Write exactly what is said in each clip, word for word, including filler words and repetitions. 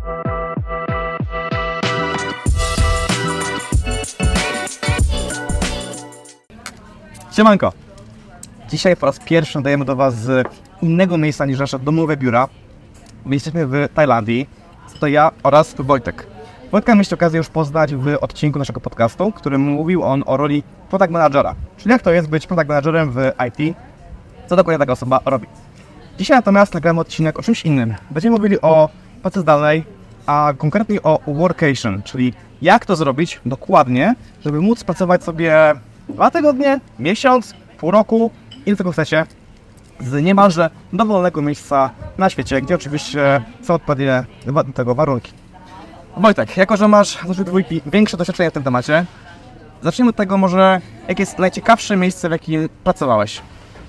Siemanko! Dzisiaj po raz pierwszy nadajemy do Was z innego miejsca niż nasze domowe biura. My jesteśmy w Tajlandii. To ja oraz Wojtek. Wojtka mieliście okazję już poznać w odcinku naszego podcastu, w którym mówił on o roli product managera. Czyli jak to jest być product managerem w I T, co dokładnie taka osoba robi. Dzisiaj natomiast nagramy odcinek o czymś innym. Będziemy mówili o pracy zdalnej, a konkretnie o workation, czyli jak to zrobić dokładnie, żeby móc pracować sobie dwa tygodnie, miesiąc, pół roku, ile tego chcecie, z niemalże dowolnego miejsca na świecie, gdzie oczywiście są odpowiednie do tego warunki. Wojtek, jako że masz z naszej dwójki większe doświadczenie w tym temacie, zacznijmy od tego może, jakie jest najciekawsze miejsce, w jakim pracowałeś?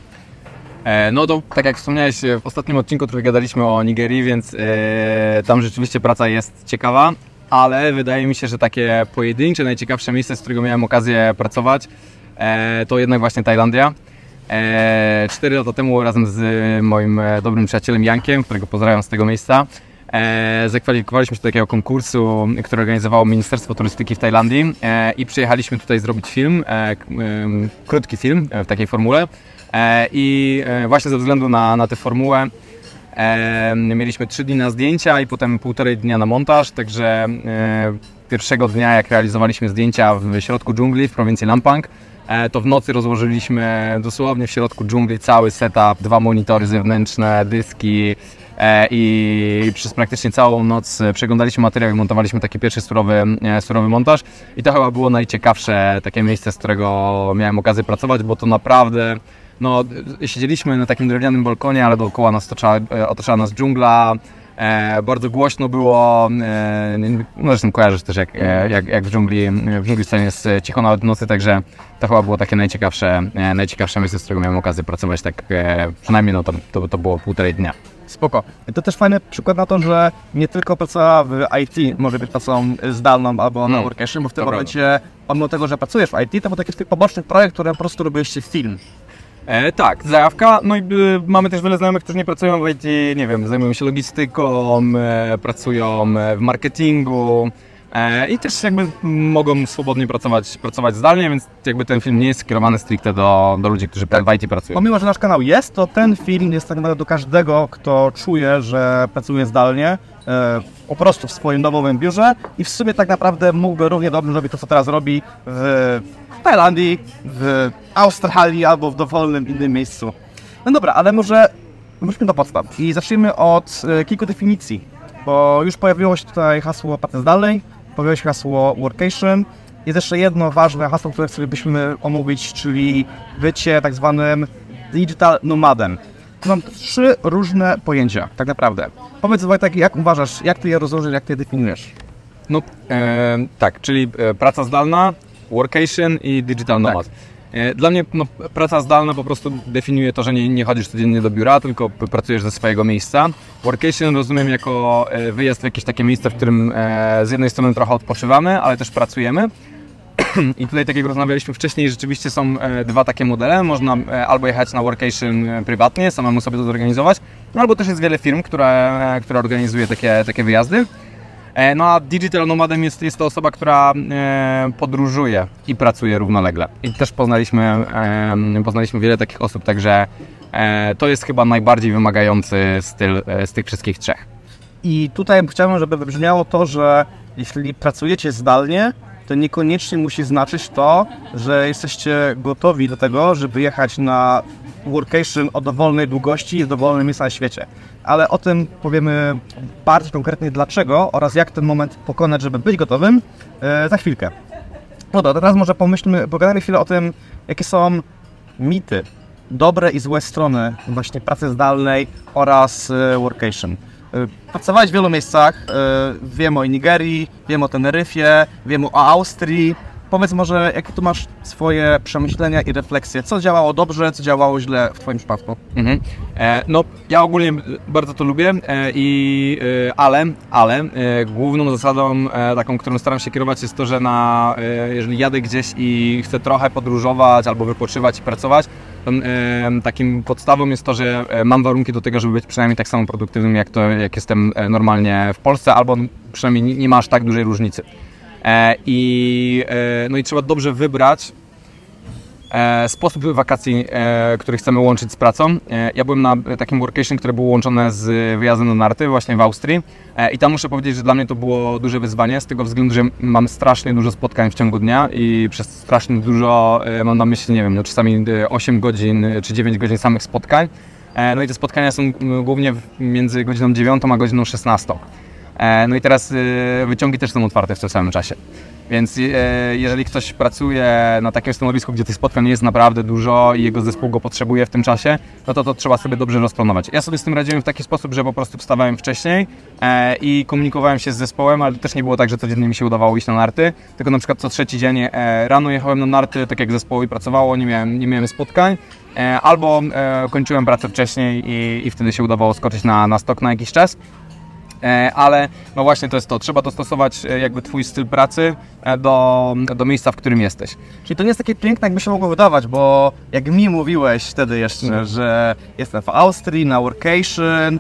E, no to tak jak wspomniałeś, w ostatnim odcinku trochę gadaliśmy o Nigerii, więc e, tam rzeczywiście praca jest ciekawa, ale wydaje mi się, że takie pojedyncze, najciekawsze miejsce, z którego miałem okazję pracować, e, to jednak właśnie Tajlandia. E, cztery lata temu razem z moim dobrym przyjacielem Jankiem, którego pozdrawiam z tego miejsca, e, zakwalifikowaliśmy się do takiego konkursu, który organizowało Ministerstwo Turystyki w Tajlandii e, i przyjechaliśmy tutaj zrobić film, e, e, krótki film w takiej formule. E, I e, właśnie ze względu na, na tę formułę e, mieliśmy trzy dni na zdjęcia i potem półtorej dnia na montaż, także e, pierwszego dnia, jak realizowaliśmy zdjęcia w środku dżungli w prowincji Lampang, e, to w nocy rozłożyliśmy dosłownie w środku dżungli cały setup, dwa monitory zewnętrzne, dyski e, i przez praktycznie całą noc przeglądaliśmy materiał i montowaliśmy taki pierwszy surowy, e, surowy montaż i to chyba było najciekawsze takie miejsce, z którego miałem okazję pracować, bo to naprawdę no, siedzieliśmy na takim drewnianym balkonie, ale dookoła nas otoczała, otaczała nas dżungla, e, bardzo głośno było, e, no zresztą kojarzysz też jak, jak, jak w dżungli, w dżungli scenie jest cicho nawet w nocy, także to chyba było takie najciekawsze, e, najciekawsze miejsce, z którego miałem okazję pracować, tak e, przynajmniej no, to, to, to było półtorej dnia. Spoko. To też fajny przykład na to, że nie tylko praca w I T może być pracą zdalną albo na workation, bo w tym Dobra. momencie, pomimo tego, że pracujesz w I T, to był taki twój poboczny projekt, który po prostu robiliście film. E, tak, zajawka. No i y, mamy też wiele znajomych, którzy nie pracują w I T, nie wiem, zajmują się logistyką, e, pracują w marketingu e, i też jakby mogą swobodnie pracować, pracować zdalnie, więc jakby ten film nie jest skierowany stricte do, do ludzi, którzy w I T pracują. Pomimo, że nasz kanał jest, to ten film jest tak naprawdę do każdego, kto czuje, że pracuje zdalnie, e, po prostu w swoim domowym biurze i w sumie tak naprawdę mógłby równie dobrze robić to, co teraz robi w Tajlandii, w Australii albo w dowolnym innym miejscu. No dobra, ale może wróćmy do podstaw i zacznijmy od e, kilku definicji, bo już pojawiło się tutaj hasło pracy zdalnej, pojawiło się hasło workation. Jest jeszcze jedno ważne hasło, które chcielibyśmy omówić, czyli bycie tak zwanym digital nomadem. Tu mam trzy różne pojęcia, tak naprawdę. Powiedz Wojtek, jak uważasz, jak ty je rozłożysz, jak ty je definiujesz? No e, tak, czyli e, praca zdalna, workation i digital nomad. Tak. E, dla mnie no, praca zdalna po prostu definiuje to, że nie, nie chodzisz codziennie do biura, tylko pracujesz ze swojego miejsca. Workation rozumiem jako e, wyjazd w jakieś takie miejsce, w którym e, z jednej strony trochę odpoczywamy, ale też pracujemy. I tutaj, tak jak rozmawialiśmy wcześniej, rzeczywiście są e, dwa takie modele. Można e, albo jechać na workation e, prywatnie, samemu sobie to zorganizować, no, albo też jest wiele firm, które, e, które organizuje takie, takie wyjazdy. E, no a digital nomadem jest, jest to osoba, która e, podróżuje i pracuje równolegle. I też poznaliśmy, e, poznaliśmy wiele takich osób, także e, to jest chyba najbardziej wymagający styl e, z tych wszystkich trzech. I tutaj chciałbym, żeby wybrzmiało to, że jeśli pracujecie zdalnie, to niekoniecznie musi znaczyć to, że jesteście gotowi do tego, żeby jechać na workation o dowolnej długości i w dowolnym miejscu na świecie. Ale o tym powiemy bardziej konkretnie dlaczego oraz jak ten moment pokonać, żeby być gotowym e, za chwilkę. No to teraz może pomyślmy, pogadajmy chwilę o tym, jakie są mity, dobre i złe strony właśnie pracy zdalnej oraz e, workation. Pracowałeś w wielu miejscach, wiem o Nigerii, wiem o Teneryfie, wiem o Austrii. Powiedz może, jakie tu masz swoje przemyślenia i refleksje? Co działało dobrze, co działało źle w Twoim przypadku? Mhm. E, no, ja ogólnie bardzo to lubię, e, i, e, ale, ale e, główną zasadą e, taką, którą staram się kierować jest to, że na, e, jeżeli jadę gdzieś i chcę trochę podróżować albo wypoczywać i pracować, Tam, e, takim podstawą jest to, że mam warunki do tego, żeby być przynajmniej tak samo produktywnym, jak to, jak jestem normalnie w Polsce, albo przynajmniej nie, nie masz tak dużej różnicy. E, i, e, no i trzeba dobrze wybrać E, sposób wakacji, e, który chcemy łączyć z pracą. E, ja byłem na takim workation, które było łączone z wyjazdem na narty właśnie w Austrii e, i tam muszę powiedzieć, że dla mnie to było duże wyzwanie z tego względu, że mam strasznie dużo spotkań w ciągu dnia i przez strasznie dużo, e, mam na myśli, nie wiem, no czasami osiem godzin czy dziewięć godzin samych spotkań. E, no i te spotkania są głównie między godziną dziewiątą a godziną szesnastą. E, no i teraz e, wyciągi też są otwarte w tym samym czasie. Więc e, jeżeli ktoś pracuje na takim stanowisku, gdzie tych spotkań jest naprawdę dużo i jego zespół go potrzebuje w tym czasie, no to to trzeba sobie dobrze rozplanować. Ja sobie z tym radziłem w taki sposób, że po prostu wstawałem wcześniej e, i komunikowałem się z zespołem, ale to też nie było tak, że codziennie mi się udawało iść na narty, tylko na przykład co trzeci dzień e, rano jechałem na narty, tak jak zespołowi pracowało, nie miałem, nie miałem spotkań, e, albo e, kończyłem pracę wcześniej i, i wtedy się udawało skoczyć na, na stok na jakiś czas. Ale no właśnie to jest to, trzeba dostosować jakby twój styl pracy do, do miejsca, w którym jesteś. Czyli to nie jest takie piękne, jakby się mogło wydawać, bo jak mi mówiłeś wtedy jeszcze, mm. że jestem w Austrii na workation,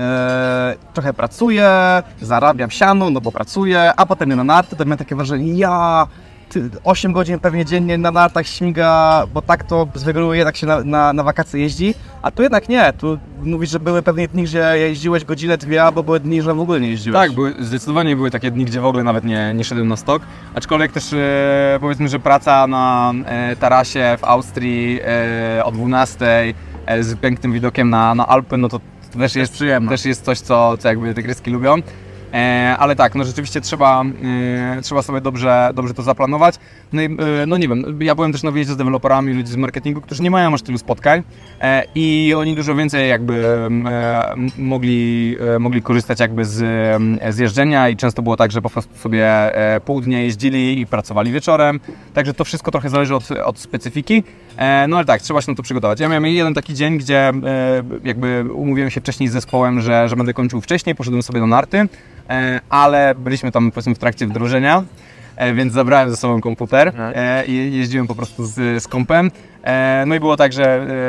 e, trochę pracuję, zarabiam siano, no bo pracuję, a potem na narty, to miałem takie wrażenie, ja osiem godzin pewnie dziennie na nartach śmiga, bo tak to zwykle tak się na, na, na wakacje jeździ, a tu jednak nie, tu mówisz, że były pewnie dni, że jeździłeś godzinę, dwie, albo były dni, że w ogóle nie jeździłeś. Tak, były, zdecydowanie były takie dni, gdzie w ogóle nawet nie, nie szedłem na stok, aczkolwiek też e, powiedzmy, że praca na e, tarasie w Austrii e, o dwunastej e, z pięknym widokiem na, na Alpy, no to, to też, jest, przyjemne. też jest coś, co, co jakby te gryski lubią. E, ale tak, no rzeczywiście trzeba, e, trzeba sobie dobrze, dobrze to zaplanować. No i e, no nie wiem, ja byłem też na wyjeździe z deweloperami, ludzi z marketingu, którzy nie mają aż tylu spotkań e, i oni dużo więcej jakby e, mogli, e, mogli korzystać jakby z, z jeżdżenia i często było tak, że po prostu sobie e, pół dnia jeździli i pracowali wieczorem, także to wszystko trochę zależy od, od specyfiki. E, no ale tak, trzeba się na to przygotować. Ja miałem jeden taki dzień, gdzie e, jakby umówiłem się wcześniej z zespołem, że, że będę kończył wcześniej, poszedłem sobie na narty, e, ale byliśmy tam powiedzmy w trakcie wdrożenia, e, więc zabrałem ze sobą komputer e, i jeździłem po prostu z, z kompem. E, no i było tak, że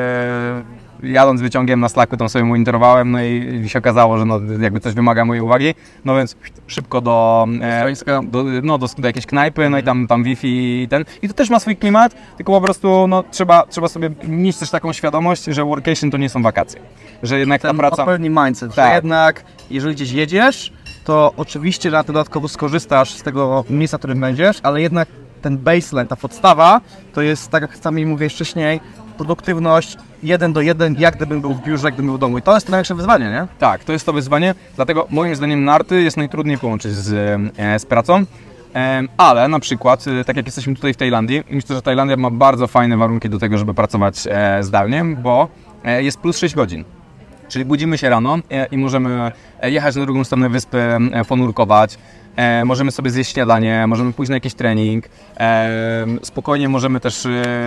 e, jadąc wyciągiem na Slacku tam sobie monitorowałem, no i się okazało, że no, jakby coś wymaga mojej uwagi, no więc szybko do, e, do, no, do, do jakiejś knajpy, no i tam, tam Wi-Fi i ten. I to też ma swój klimat, tylko po prostu no, trzeba, trzeba sobie mieć też taką świadomość, że workation to nie są wakacje. Że jednak ten ta praca... odpowiedni mindset, tak. że jednak jeżeli gdzieś jedziesz, to oczywiście na to dodatkowo skorzystasz z tego miejsca, w którym będziesz, ale jednak ten baseline, ta podstawa, to jest, tak jak sami mówiłeś wcześniej, produktywność jeden do jeden, jak gdybym był w biurze, jak gdybym był w domu. I to jest to największe wyzwanie, nie? Tak, to jest to wyzwanie, dlatego moim zdaniem narty jest najtrudniej połączyć z, z pracą, ale na przykład, tak jak jesteśmy tutaj w Tajlandii, myślę, że Tajlandia ma bardzo fajne warunki do tego, żeby pracować zdalnie, bo jest plus sześć godzin. Czyli budzimy się rano i możemy jechać na drugą stronę wyspy, ponurkować, e, możemy sobie zjeść śniadanie, możemy pójść na jakiś trening, e, spokojnie możemy też, e,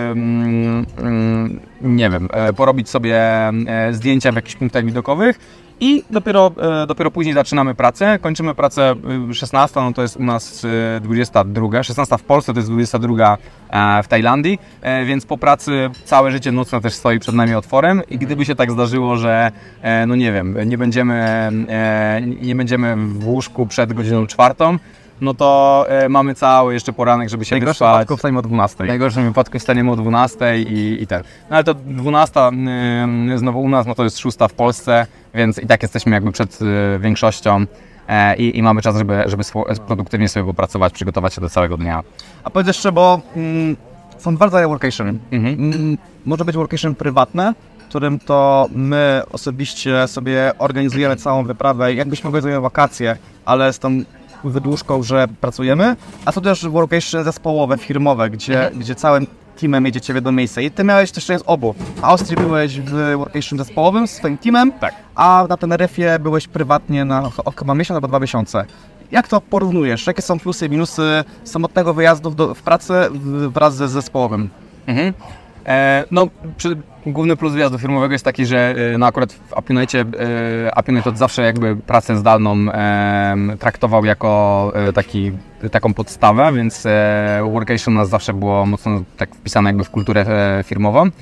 mm, nie wiem, e, porobić sobie e, zdjęcia w jakichś punktach widokowych i dopiero, e, dopiero później zaczynamy pracę. Kończymy pracę szesnasta, no to jest u nas dwudziesta druga, szesnasta w Polsce to jest dwudziesta druga e, w Tajlandii, e, więc po pracy całe życie nocne też stoi przed nami otworem i gdyby się tak zdarzyło, że e, no nie wiem, nie będziemy, e, nie będziemy w łóżku przed godziną czwartą, no to e, mamy cały jeszcze poranek, żeby się wyspać. W najgorszym wypadku wstaniemy o dwunastej. W najgorszym wypadku wstaniemy o dwunastej i, i ten. No ale to dwunasta y, znowu u nas, no to jest szósta w Polsce, więc i tak jesteśmy jakby przed y, większością e, i, i mamy czas, żeby, żeby swo- produktywnie sobie popracować, przygotować się do całego dnia. A powiedz jeszcze, bo mm, są dwa rodzaje workation. Mhm. Mm, może być workation prywatne, w którym to my osobiście sobie organizujemy całą wyprawę, jakbyśmy organizowali wakacje, ale z tą wydłużką, że pracujemy, a są też workation zespołowe, firmowe, gdzie, mhm. gdzie całym teamem jedziecie w jedno miejsce. I ty miałeś też z obu. W Austrii byłeś w workation zespołowym z swoim teamem, tak. A na Teneryfie byłeś prywatnie na chyba miesiąc albo dwa miesiące. Jak to porównujesz? Jakie są plusy i minusy samotnego wyjazdu w, do, w pracę wraz ze zespołowym? Mhm. E, no, przy, główny plus wyjazdu firmowego jest taki, że no akurat w Apionite, e, Apionite od zawsze jakby pracę zdalną e, traktował jako e, taki, taką podstawę, więc e, workation u nas zawsze było mocno tak wpisane jakby w kulturę e, firmową.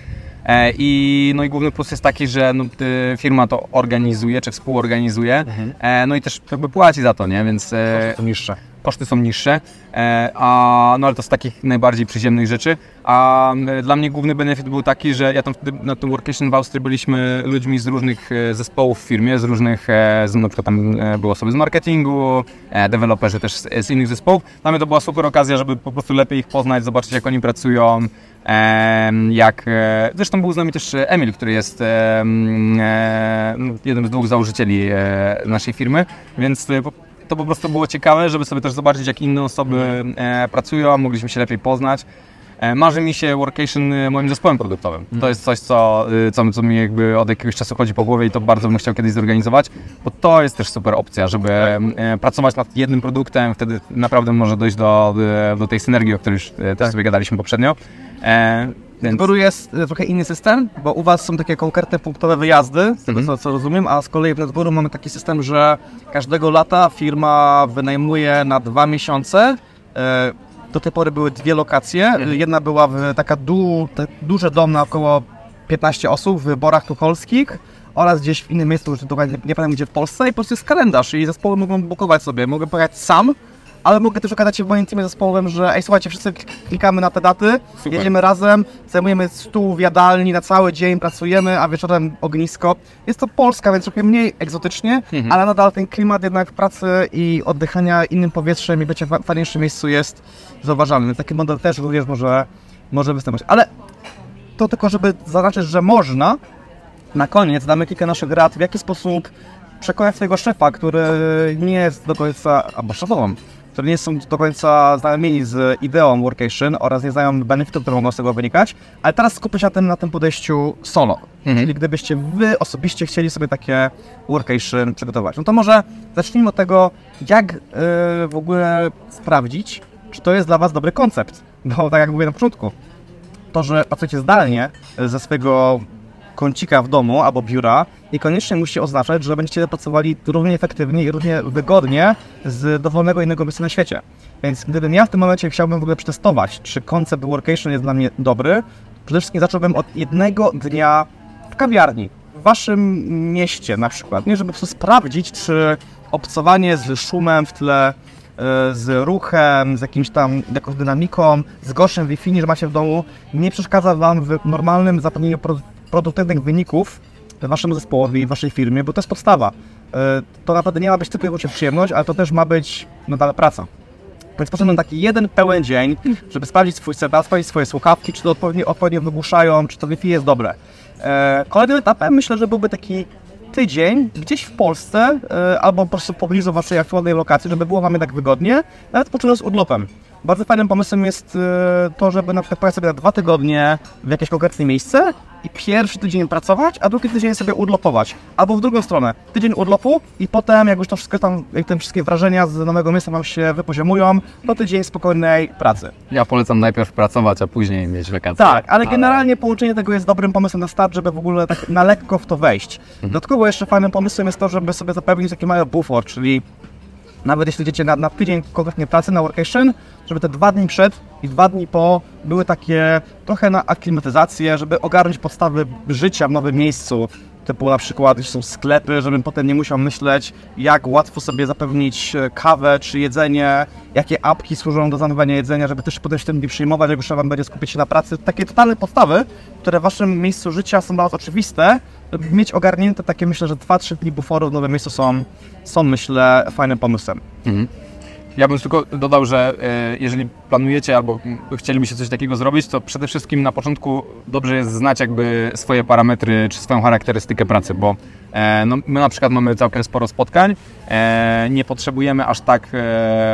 E, i, no i główny plus jest taki, że no, y, firma to organizuje, czy współorganizuje, mhm. e, no i też jakby płaci za to, nie? Więc e, To niższe. koszty są niższe, e, a, no ale to z takich najbardziej przyziemnych rzeczy, a e, dla mnie główny benefit był taki, że ja tam wtedy na tym Workation w Austrii byliśmy ludźmi z różnych e, zespołów w firmie, z różnych, e, z, na przykład tam e, były osoby z marketingu, e, deweloperzy też z, z innych zespołów. Dla mnie to była super okazja, żeby po prostu lepiej ich poznać, zobaczyć jak oni pracują, e, jak, e, zresztą był z nami też Emil, który jest e, e, jednym z dwóch założycieli e, naszej firmy, więc e, to po prostu było ciekawe, żeby sobie też zobaczyć, jak inne osoby e, pracują, mogliśmy się lepiej poznać. E, marzy mi się Workation e, moim zespołem produktowym. Mm. To jest coś, co, e, co, co mi jakby od jakiegoś czasu chodzi po głowie i to bardzo bym chciał kiedyś zorganizować, bo to jest też super opcja, żeby e, pracować nad jednym produktem, wtedy naprawdę może dojść do, do, do tej synergii, o której już e, też sobie gadaliśmy poprzednio. E, Więc... W jest trochę inny system, bo u Was są takie konkretne punktowe wyjazdy, z tego mm-hmm. co, co rozumiem, a z kolei w NetGuru mamy taki system, że każdego lata firma wynajmuje na dwa miesiące. Do tej pory były dwie lokacje. Mm-hmm. Jedna była w taka du, te duży dom na około piętnaście osób w Borach Tucholskich oraz gdzieś w innym miejscu, nie, nie pamiętam gdzie w Polsce, i po prostu jest kalendarz i zespoły mogą bukować sobie. Mogę pojechać sam, ale mogę też okazać się w moim teamie zespołowym, że ej, słuchajcie, wszyscy klikamy na te daty, super. Jedziemy razem, zajmujemy stół w jadalni, na cały dzień pracujemy, a wieczorem ognisko. Jest to Polska, więc trochę mniej egzotycznie, mhm. ale nadal ten klimat jednak pracy i oddychania innym powietrzem i bycie w fajniejszym miejscu jest zauważalny. Więc taki model też również może, może występować. Ale to tylko, żeby zaznaczyć, że można, na koniec damy kilka naszych rad, w jaki sposób przekonać swojego szefa, który nie jest do końca, albo szefową, które nie są do końca znajomi z ideą Workation oraz nie znają benefitów, które mogą z tego wynikać, ale teraz skupię się na tym, na tym podejściu solo. Mhm. Czyli gdybyście wy osobiście chcieli sobie takie Workation przygotować. No to może zacznijmy od tego, jak yy, w ogóle sprawdzić, czy to jest dla Was dobry koncept. Bo tak jak mówię na początku, to, że pracujecie zdalnie ze swojego kącika w domu albo biura, niekoniecznie musi oznaczać, że będziecie pracowali równie efektywnie i równie wygodnie z dowolnego innego miejsca na świecie. Więc gdybym ja w tym momencie chciałbym w ogóle przetestować, czy koncept Workation jest dla mnie dobry, przede wszystkim zacząłbym od jednego dnia w kawiarni, w Waszym mieście na przykład, nie, żeby po prostu sprawdzić, czy obcowanie z szumem w tle, z ruchem, z jakimś tam jakąś dynamiką, z gorszym Wi-Fi, że macie w domu, nie przeszkadza Wam w normalnym zapewnieniu produktywnych wyników Waszemu zespołowi i Waszej firmie, bo to jest podstawa. To naprawdę nie ma być tylko i wyłącznie przyjemność, ale to też ma być nadal praca. Więc potrzebny taki jeden pełen dzień, żeby sprawdzić swój setup, sprawdzić swoje słuchawki, czy to odpowiednio, odpowiednio wygłuszają, czy to Wi-Fi jest dobre. Kolejnym etapem myślę, że byłby taki tydzień gdzieś w Polsce albo po prostu w pobliżu Waszej aktualnej lokacji, żeby było Wam jednak wygodnie, nawet począwszy z urlopem. Bardzo fajnym pomysłem jest to, żeby na przykład pojechać sobie na dwa tygodnie w jakieś konkretne miejsce i pierwszy tydzień pracować, a drugi tydzień sobie urlopować. Albo w drugą stronę, tydzień urlopu i potem, jak już to wszystko tam, jak te wszystkie wrażenia z nowego miejsca Wam się wypoziomują, to tydzień spokojnej pracy. Ja polecam najpierw pracować, a później mieć wakacje. Tak, ale, ale generalnie połączenie tego jest dobrym pomysłem na start, żeby w ogóle tak na lekko w to wejść. Mhm. Dodatkowo jeszcze fajnym pomysłem jest to, żeby sobie zapewnić taki mały buffer, czyli nawet jeśli idziecie na, na tydzień konkretnie pracy na Workation, żeby te dwa dni przed i dwa dni po były takie trochę na aklimatyzację, żeby ogarnąć podstawy życia w nowym miejscu, typu na przykład, jeśli są sklepy, żebym potem nie musiał myśleć, jak łatwo sobie zapewnić kawę czy jedzenie, jakie apki służą do zamówienia jedzenia, żeby też potem się tym nie przyjmować, jak już Wam będzie skupić się na pracy. Takie totalne podstawy, które w Waszym miejscu życia są dla Was oczywiste, żeby mieć ogarnięte takie, myślę, że dwa trzy dni buforu w nowym miejscu są, są myślę, fajnym pomysłem. Mhm. Ja bym tylko dodał, że e, jeżeli planujecie albo chcielibyście coś takiego zrobić, to przede wszystkim na początku dobrze jest znać jakby swoje parametry czy swoją charakterystykę pracy, bo e, no, my na przykład mamy całkiem sporo spotkań, e, nie potrzebujemy aż tak e,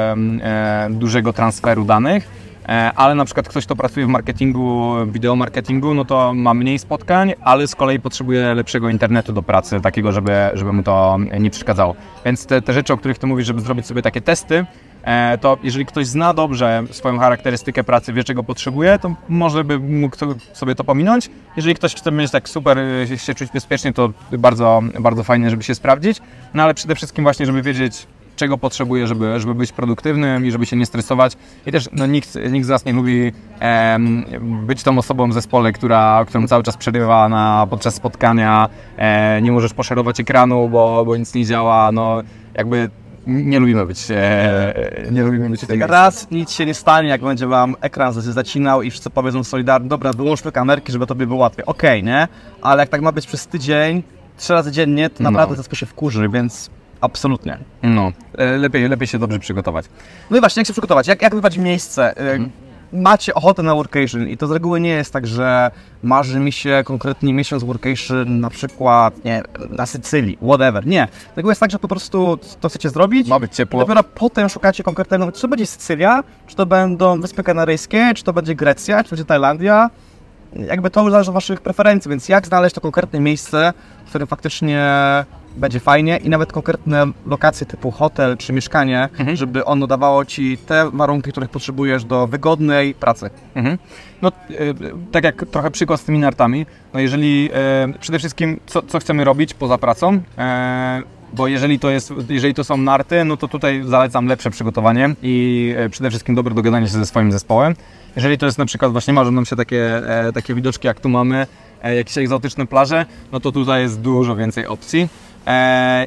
e, dużego transferu danych, e, ale na przykład ktoś, kto pracuje w marketingu, wideo marketingu, no to ma mniej spotkań, ale z kolei potrzebuje lepszego internetu do pracy, takiego, żeby, żeby mu to nie przeszkadzało. Więc te, te rzeczy, o których Ty mówisz, żeby zrobić sobie takie testy, to jeżeli ktoś zna dobrze swoją charakterystykę pracy, wie czego potrzebuje, to może by mógł sobie to pominąć. Jeżeli ktoś chce mieć tak super się czuć bezpiecznie, to bardzo, bardzo fajnie, żeby się sprawdzić. No ale przede wszystkim właśnie, żeby wiedzieć, czego potrzebuje, żeby, żeby być produktywnym i żeby się nie stresować. I też no, nikt, nikt z nas nie lubi e, być tą osobą w zespole, która, którą cały czas przerywa na, podczas spotkania, e, nie możesz poszerować ekranu, bo, bo nic nie działa, no jakby nie lubimy być, e, nie lubimy być tego. Raz nic się nie stanie, jak będzie wam ekran zacinał i wszyscy powiedzą solidarnie, dobra, wyłączmy kamerki, żeby tobie było łatwiej. Okej, okay, nie? Ale jak tak ma być przez tydzień, trzy razy dziennie, to naprawdę no. zespół się wkurzy, więc absolutnie. No, lepiej, lepiej się dobrze przygotować. No i właśnie, jak się przygotować? Jak, jak wybrać miejsce? Hmm. Macie ochotę na workation i to z reguły nie jest tak, że marzy mi się konkretnie miesiąc workation na przykład, nie, na Sycylii, whatever. Nie. Z reguły jest tak, że po prostu to chcecie zrobić. Ma być ciepło. Dopiero potem szukacie konkretnego, czy to będzie Sycylia, czy to będą Wyspy Kanaryjskie, czy to będzie Grecja, czy to będzie Tajlandia. Jakby to zależy od waszych preferencji, więc jak znaleźć to konkretne miejsce, w którym faktycznie będzie fajnie i nawet konkretne lokacje typu hotel czy mieszkanie, mhm. żeby ono dawało ci te warunki, których potrzebujesz do wygodnej pracy. Mhm. No e, tak jak trochę przykład z tymi nartami, no jeżeli e, przede wszystkim co, co chcemy robić poza pracą, e, bo jeżeli to, jest, jeżeli to są narty, no to tutaj zalecam lepsze przygotowanie i e, przede wszystkim dobre dogadanie się ze swoim zespołem. Jeżeli to jest na przykład, właśnie marzą nam się takie, e, takie widoczki jak tu mamy, e, jakieś egzotyczne plaże, no to tutaj jest dużo więcej opcji. E,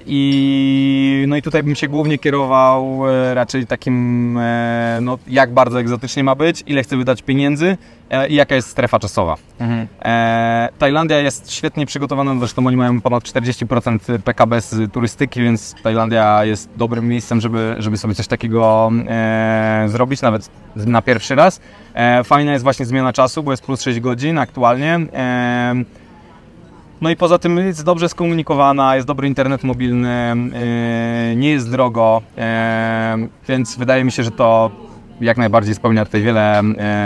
i, no i tutaj bym się głównie kierował e, raczej takim, e, no, jak bardzo egzotycznie ma być, ile chcę wydać pieniędzy e, i jaka jest strefa czasowa. Mhm. E, Tajlandia jest świetnie przygotowana, zresztą oni mają ponad czterdzieści procent P K B z turystyki, więc Tajlandia jest dobrym miejscem, żeby, żeby sobie coś takiego e, zrobić, nawet na pierwszy raz. E, fajna jest właśnie zmiana czasu, bo jest plus sześć godzin aktualnie. E, No i poza tym jest dobrze skomunikowana, jest dobry internet mobilny, yy, nie jest drogo, yy, więc wydaje mi się, że to jak najbardziej spełnia tutaj wiele,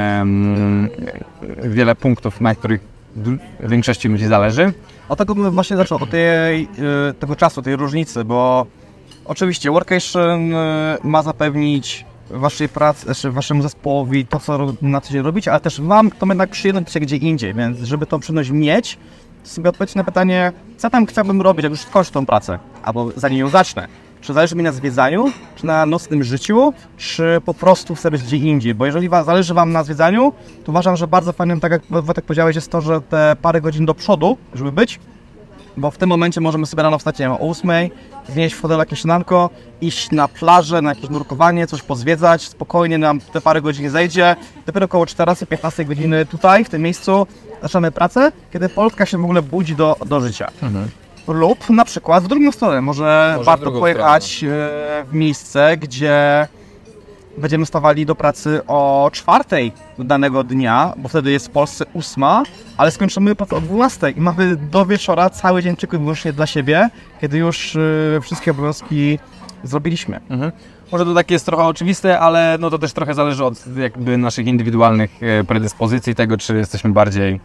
yy, wiele punktów, na których w większości ludzi zależy. Od tego bym właśnie zaczął, od tej, yy, tego czasu, tej różnicy, bo oczywiście workation yy, ma zapewnić waszej pracy, znaczy waszemu zespołowi to, co na co dzień robicie, ale też wam to jednak przyjemność się gdzie indziej, więc żeby tą przyjemność mieć, sobie odpowiedzieć na pytanie, co tam chciałbym robić, jak już skończę tą pracę, albo zanim ją zacznę. Czy zależy mi na zwiedzaniu, czy na nocnym życiu, czy po prostu chcę być gdzie indziej, bo jeżeli wa- zależy wam na zwiedzaniu, to uważam, że bardzo fajnym, tak jak Wojtek powiedziałeś, jest to, że te parę godzin do przodu, żeby być, bo w tym momencie możemy sobie rano wstać, nie wiem, o ósmej, znieść w fotelu jakieś śniadanko, iść na plażę, na jakieś nurkowanie, coś pozwiedzać, spokojnie nam te parę godzin zejdzie. Dopiero około czternastej piętnastej godziny tutaj, w tym miejscu, zaczynamy pracę, kiedy Polska się w ogóle budzi do, do życia. Mhm. Lub na przykład w drugą stronę, może, może warto pojechać stronę. w miejsce, gdzie będziemy stawali do pracy o czwartej danego dnia, bo wtedy jest w Polsce ósma, ale skończymy pracę o dwunastej i mamy do wieczora cały dzień tylko i wyłącznie dla siebie, kiedy już y, wszystkie obowiązki zrobiliśmy. Mhm. Może to takie jest trochę oczywiste, ale no to też trochę zależy od jakby naszych indywidualnych predyspozycji, tego czy jesteśmy bardziej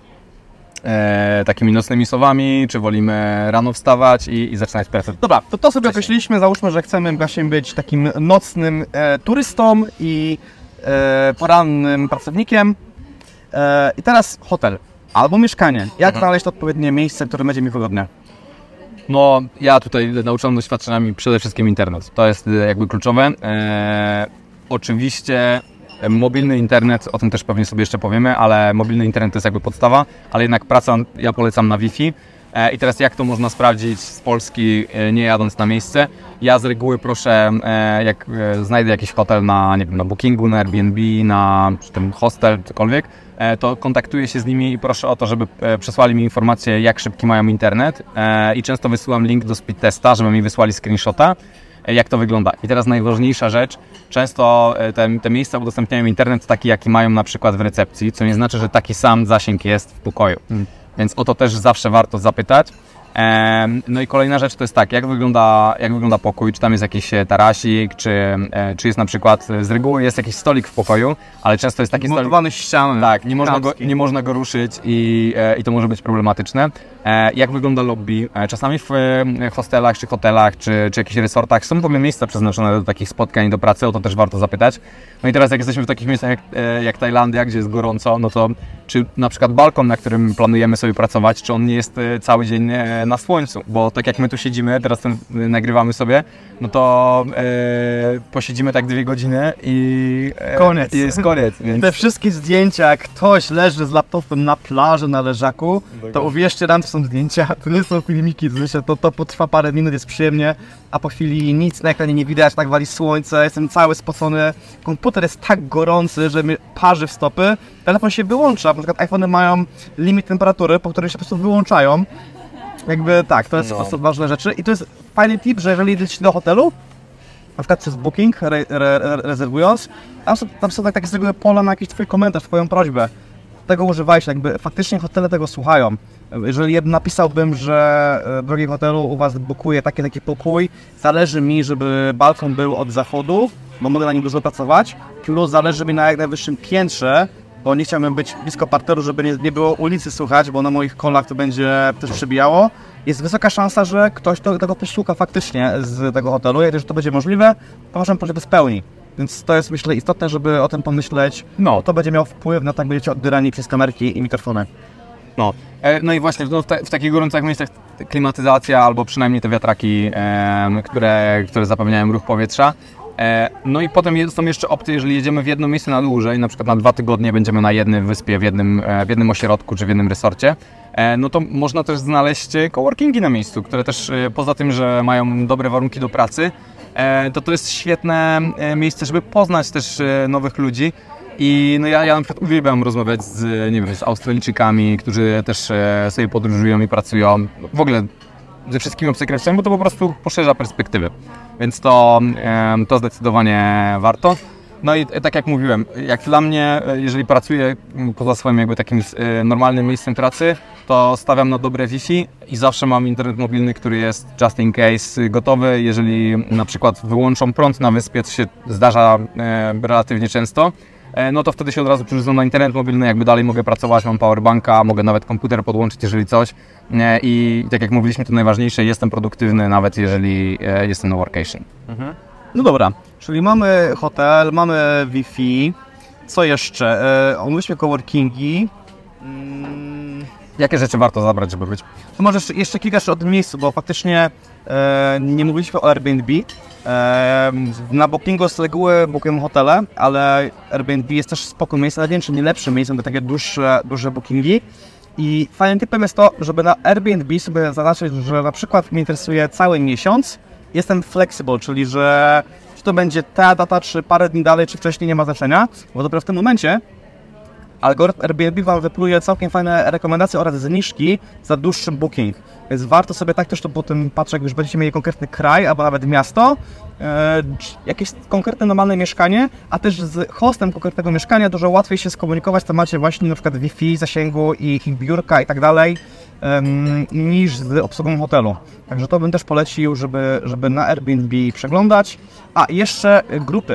e, takimi nocnymi sowami, czy wolimy rano wstawać i, i zaczynać pracę. Dobra, to to sobie określiliśmy, załóżmy, że chcemy właśnie być takim nocnym e, turystą i e, porannym pracownikiem. E, I teraz hotel albo mieszkanie. Jak mhm. znaleźć odpowiednie miejsce, które będzie mi wygodne? No, ja tutaj nauczony doświadczeniami przede wszystkim internet. To jest jakby kluczowe. E, oczywiście mobilny internet, o tym też pewnie sobie jeszcze powiemy, ale mobilny internet to jest jakby podstawa, ale jednak praca ja polecam na Wi-Fi. E, I teraz jak to można sprawdzić z Polski, e, nie jadąc na miejsce? Ja z reguły proszę, e, jak e, znajdę jakiś hotel na, nie wiem, na Bookingu, na Airbnb, na czy tym hostel, cokolwiek, e, to kontaktuję się z nimi i proszę o to, żeby e, przesłali mi informację, jak szybki mają internet e, i często wysyłam link do speed testa, żeby mi wysłali screenshota, e, jak to wygląda. I teraz najważniejsza rzecz, często e, te, te miejsca udostępniają internet taki, jaki mają na przykład w recepcji, co nie znaczy, że taki sam zasięg jest w pokoju. Hmm. Więc o to też zawsze warto zapytać. No i kolejna rzecz to jest tak, jak wygląda, jak wygląda pokój, czy tam jest jakiś tarasik, czy, czy jest na przykład, z reguły jest jakiś stolik w pokoju, ale często jest taki stolik... Zmontowany ściany. Tak, nie można, go, nie można go ruszyć i, i to może być problematyczne. Jak wygląda lobby? Czasami w hostelach, czy hotelach, czy, czy jakichś resortach są w ogóle miejsca przeznaczone do takich spotkań, do pracy, o to też warto zapytać. No i teraz jak jesteśmy w takich miejscach jak, jak Tajlandia, gdzie jest gorąco, no to czy na przykład balkon, na którym planujemy sobie pracować, czy on nie jest cały dzień e, na słońcu, bo tak jak my tu siedzimy, teraz ten, nagrywamy sobie, no to e, posiedzimy tak dwie godziny i e, Koniec. I jest koniec. Więc... Te wszystkie zdjęcia, jak ktoś leży z laptopem na plaży, na leżaku, to uwierzcie nam, to są zdjęcia, to nie są filmiki, to, się, to, to potrwa parę minut, jest przyjemnie, a po chwili nic na ekranie nie widać, tak wali słońce, jestem cały spocony, komputer jest tak gorący, że mnie parzy w stopy, telefon się wyłącza, na przykład iPhony mają limit temperatury, po której się po prostu wyłączają. Jakby tak, to jest No. po prostu ważne rzeczy i to jest fajny tip, że jeżeli idziecie do hotelu, na przykład przez Booking, re, re, re, rezerwując, tam są, tam są tak, takie z reguły pola na jakiś twój komentarz, twoją prośbę. Tego używajcie, jakby faktycznie hotele tego słuchają. Jeżeli ja napisałbym, że e, drogi hotelu, u was bukuje taki taki pokój, zależy mi, żeby balkon był od zachodu, bo mogę na nim dużo pracować, plus zależy mi na jak najwyższym piętrze, bo nie chciałbym być blisko parteru, żeby nie, nie było ulicy słuchać, bo na moich kolach to będzie też przebijało. Jest wysoka szansa, że ktoś to, tego posłucha faktycznie z tego hotelu. Jeżeli to będzie możliwe, to możemy prośbę spełni. Więc to jest, myślę, istotne, żeby o tym pomyśleć. No. Bo to będzie miało wpływ na to, jak będziecie odbierani przez kamerki i mikrofony. No. E, no i właśnie no, w, te, w takich gorących miejscach klimatyzacja albo przynajmniej te wiatraki, e, które, które zapewniają ruch powietrza. E, no i potem jest- są jeszcze opcje, jeżeli jedziemy w jedno miejsce na dłużej, na przykład na dwa tygodnie będziemy na jednej wyspie, w jednym, e, w jednym ośrodku czy w jednym resorcie, e, no to można też znaleźć e, coworkingi na miejscu, które też e, poza tym, że mają dobre warunki do pracy, e, to to jest świetne e, miejsce, żeby poznać też e, nowych ludzi. I no ja, ja na przykład uwielbiam rozmawiać z, nie wiem, z Australijczykami, którzy też e, sobie podróżują i pracują. W ogóle ze wszystkimi obcokrajowcami, bo to po prostu poszerza perspektywy. Więc to, e, to zdecydowanie warto. No i tak jak mówiłem, jak dla mnie, e, jeżeli pracuję poza swoim jakby takim e, normalnym miejscem pracy, to stawiam na dobre Wi-Fi i zawsze mam internet mobilny, który jest just in case gotowy. Jeżeli na przykład wyłączą prąd na wyspie, co się zdarza e, relatywnie często, e, no to wtedy się od razu przerzucam na internet mobilny, jakby dalej mogę pracować, mam powerbanka, mogę nawet komputer podłączyć, jeżeli coś. E, I tak jak mówiliśmy, to najważniejsze, jestem produktywny, nawet jeżeli e, jestem na workation. No dobra, czyli mamy hotel, mamy Wi-Fi. Co jeszcze? E, omówiliśmy coworkingi. Mm, Jakie rzeczy warto zabrać, żeby być? To może jeszcze- jeszcze kilka rzeczy o tym miejscu, bo faktycznie e, nie mówiliśmy o Airbnb. E, na Bookingu z reguły bookujemy hotele, ale Airbnb jest też spoko miejsce, ale nie wiem, czy nie lepszym miejscem do takie dłuższe, duże bookingi. I fajnym typem jest to, żeby na Airbnb sobie zaznaczyć, że na przykład mnie interesuje cały miesiąc, jestem flexible, czyli że czy to będzie ta data, czy parę dni dalej, czy wcześniej, nie ma znaczenia, bo dopiero w tym momencie algorytm Airbnb Wam wypluje całkiem fajne rekomendacje oraz zniżki za dłuższy booking. Więc warto sobie tak też to potem patrzeć, jak już będziecie mieli konkretny kraj albo nawet miasto, e, jakieś konkretne normalne mieszkanie, a też z hostem konkretnego mieszkania dużo łatwiej się skomunikować w temacie właśnie na przykład Wi-Fi, zasięgu i ich biurka i tak dalej, em, niż z obsługą hotelu. Także to bym też polecił, żeby, żeby na Airbnb przeglądać. A i jeszcze e, grupy.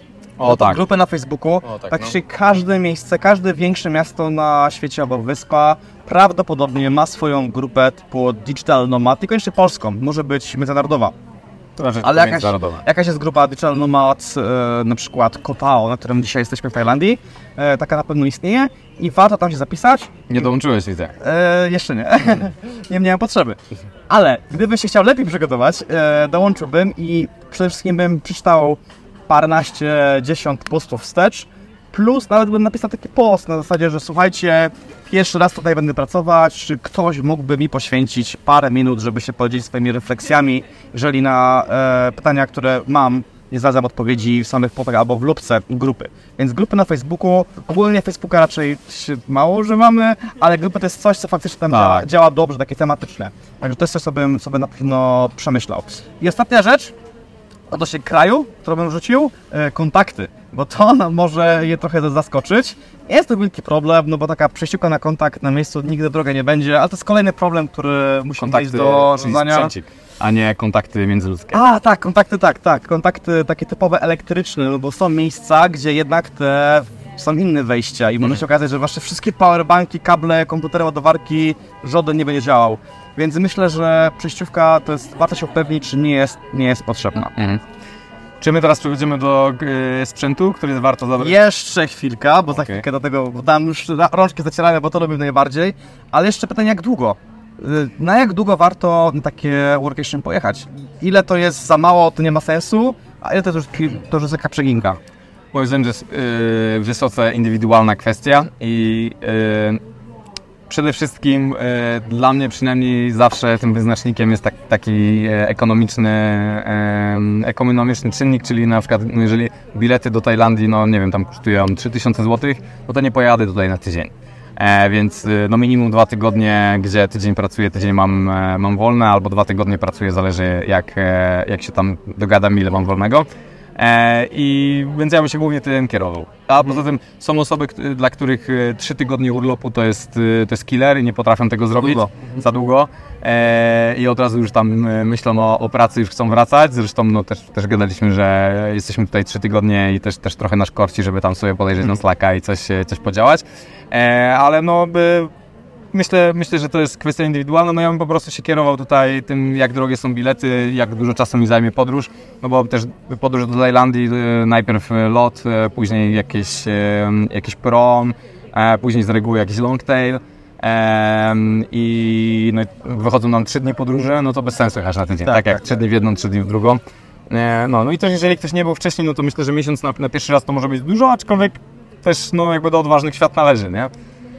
O tak. Grupy na Facebooku. O, tak, Praktycznie każde miejsce, każde większe miasto na świecie albo wyspa prawdopodobnie ma swoją grupę typu Digital Nomad, niekoniecznie polską, może być międzynarodowa. To znaczy Ale jakaś, międzynarodowa. jakaś jest grupa Digital Nomad, e, na przykład Kotao, na którym dzisiaj jesteśmy w Tajlandii. E, taka na pewno istnieje i warto tam się zapisać. Nie dołączyłeś, widzę. E, jeszcze nie. nie miałem potrzeby. Ale gdybym się chciał lepiej przygotować, e, dołączyłbym i przede wszystkim bym przeczytał paręnaście, dziesiąt postów wstecz, plus nawet bym napisał taki post na zasadzie, że słuchajcie, pierwszy raz tutaj będę pracować, czy ktoś mógłby mi poświęcić parę minut, żeby się podzielić swoimi refleksjami, jeżeli na e, pytania, które mam, nie znalazłem odpowiedzi w samych postach albo w lubce grupy. Więc grupy na Facebooku, ogólnie Facebooka raczej się mało używamy, ale grupy to jest coś, co faktycznie tam Tak. działa, działa dobrze, takie tematyczne. Także to jest coś, co bym sobie na pewno przemyślał. I ostatnia rzecz, odnośnie kraju, którą bym rzucił, e, kontakty, bo to nam może je trochę zaskoczyć. Jest to wielki problem, no bo taka przejściówka na kontakt na miejscu nigdy droga nie będzie, ale to jest kolejny problem, który musimy dojść do czyli rozwiązania. sprzęcik, a nie kontakty międzyludzkie. A, tak, kontakty, tak, tak, kontakty takie typowe elektryczne, no bo są miejsca, gdzie jednak te są inne wejścia i może się okazać, że wasze wszystkie powerbanki, kable, komputery, ładowarki, żaden nie będzie działał. Więc myślę, że przejściówka to jest, warto się upewnić, czy nie jest, nie jest potrzebna. Mhm. Czy my teraz przechodzimy do y, sprzętu, który warto zabrać? Jeszcze chwilka, bo za Okej. chwilkę do tego, bo tam już rączki zacieramy, bo to lubimy najbardziej. Ale jeszcze pytanie, jak długo? Na jak długo warto na takie workation pojechać? Ile to jest za mało, to nie ma sensu, a ile to już, to już jest taka przeginka? Moim zdaniem to jest yy, wysoce indywidualna kwestia i yy, przede wszystkim yy, dla mnie przynajmniej zawsze tym wyznacznikiem jest tak, taki yy, ekonomiczny, yy, ekonomiczny czynnik, czyli na przykład no jeżeli bilety do Tajlandii, no nie wiem, tam kosztują trzy tysiące złotych, no to nie pojadę tutaj na tydzień. E, więc no minimum dwa tygodnie, gdzie tydzień pracuję, tydzień mam, e, mam wolne, albo dwa tygodnie pracuję, zależy jak, e, jak się tam dogadam, ile mam wolnego. E, I więc ja bym się głównie tym kierował. A poza tym są osoby, dla których trzy tygodnie urlopu to jest, to jest killer i nie potrafią tego zrobić długo. za długo. E, I od razu już tam myślą o, o pracy, już chcą wracać. Zresztą no, też, też gadaliśmy, że jesteśmy tutaj trzy tygodnie i też, też trochę nas korci, żeby tam sobie podejrzeć na Slacka i coś, coś podziałać. E, ale no by... Myślę, myślę, że to jest kwestia indywidualna, no ja bym po prostu się kierował tutaj tym, jak drogie są bilety, jak dużo czasu mi zajmie podróż, no bo też podróż do Tajlandii, najpierw lot, później jakieś, jakiś prom, później z reguły jakiś long tail i no, wychodzą nam trzy dni podróży, no to bez sensu jechać na tydzień, tak, tak jak trzy dni w jedną, trzy dni w drugą. No, no i też jeżeli ktoś nie był wcześniej, no to myślę, że miesiąc na, na pierwszy raz to może być dużo, aczkolwiek też no jakby do odważnych świat należy, nie?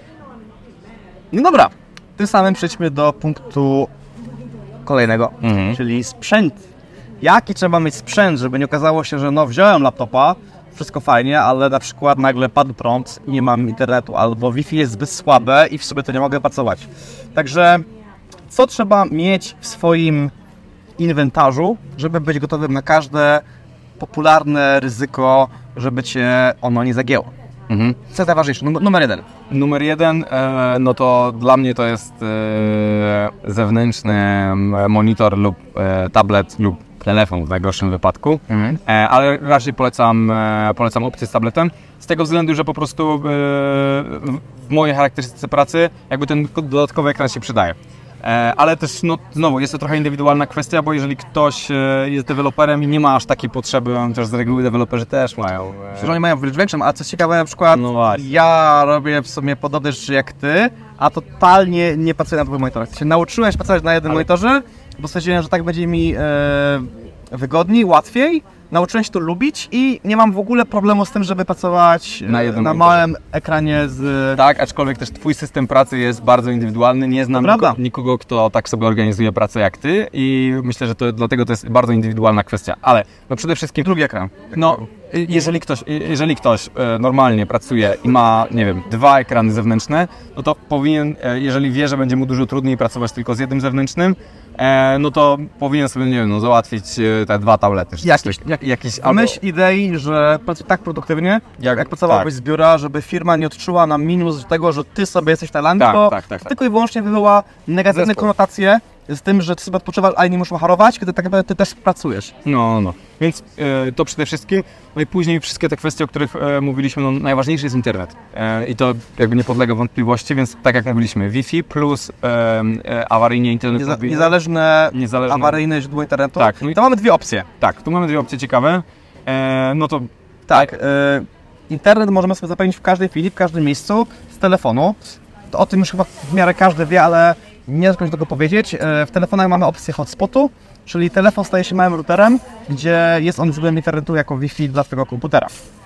No dobra, tym samym przejdźmy do punktu kolejnego, Mhm. czyli sprzęt. Jaki trzeba mieć sprzęt, żeby nie okazało się, że no wziąłem laptopa, wszystko fajnie, ale na przykład nagle padł prąd i nie mam internetu, albo Wi-Fi jest zbyt słabe i w sobie to nie mogę pracować. Także co trzeba mieć w swoim inwentarzu, żeby być gotowym na każde popularne ryzyko, żeby Cię ono nie zagięło? Mhm. Co jest najważniejsze? Num- numer jeden. Numer jeden, e, no to dla mnie to jest e, zewnętrzny monitor lub e, tablet lub telefon w najgorszym wypadku, Mhm. e, ale raczej polecam, e, polecam opcję z tabletem z tego względu, że po prostu e, w mojej charakterystyce pracy jakby ten dodatkowy ekran się przydaje. E, ale też no, znowu jest to trochę indywidualna kwestia, bo jeżeli ktoś e, jest deweloperem i nie ma aż takiej potrzeby, chociaż z reguły deweloperzy też mają. E, Że oni mają wręcz większą, a co ciekawe, na przykład No właśnie. ja robię w sumie podobne rzeczy jak ty, a totalnie nie pracuję na dwóch monitorach. Się nauczyłem się pracować na jednym Ale- monitorze, bo stwierdziłem, że tak będzie mi e, wygodniej, łatwiej. Nauczyłem się to lubić i nie mam w ogóle problemu z tym, żeby pracować Na e, jednym na monitorze. małym ekranie z... Tak, aczkolwiek też twój system pracy jest bardzo indywidualny. Nie znam To prawda. niko, nikogo, kto tak sobie organizuje pracę jak ty i myślę, że to dlatego to jest bardzo indywidualna kwestia. Ale no przede wszystkim Drugi ekran. no, jeżeli ktoś, jeżeli ktoś e, normalnie pracuje i ma, nie wiem, dwa ekrany zewnętrzne, no to powinien, e, jeżeli wie, że będzie mu dużo trudniej pracować tylko z jednym zewnętrznym, e, no to powinien sobie, nie wiem, no, załatwić e, te dwa tablety. czy Jakiś- coś, jak, jakiś A myśl idei, że pracuj tak produktywnie, jak, jak pracowałbyś tak. z biura, żeby firma nie odczuła na minus tego, że ty sobie jesteś w Tajlandii, Tak, bo tak, tak, tak. tylko i wyłącznie wywoła negatywne Zespół. konotacje z tym, że ty sobie odpoczywasz, ale nie muszą harować, kiedy tak naprawdę ty też pracujesz. No, no. Więc e, to przede wszystkim. No i później wszystkie te kwestie, o których e, mówiliśmy, no najważniejszy jest internet. E, I to jakby nie podlega wątpliwości, więc tak jak mówiliśmy, Wi-Fi plus e, e, awaryjnie internet. Nieza, mobilny. niezależne, Niezależne. awaryjne źródło internetu. Tak. No i To mamy dwie opcje. Tak, tu mamy dwie opcje ciekawe. E, no to Tak, y, internet możemy sobie zapewnić w każdej chwili, w każdym miejscu z telefonu. To o tym już chyba w miarę każdy wie, ale nie skończę tego powiedzieć. Y, w telefonach mamy opcję hotspotu, czyli telefon staje się małym routerem, gdzie jest on źródłem internetu jako Wi-Fi dla twojego komputera.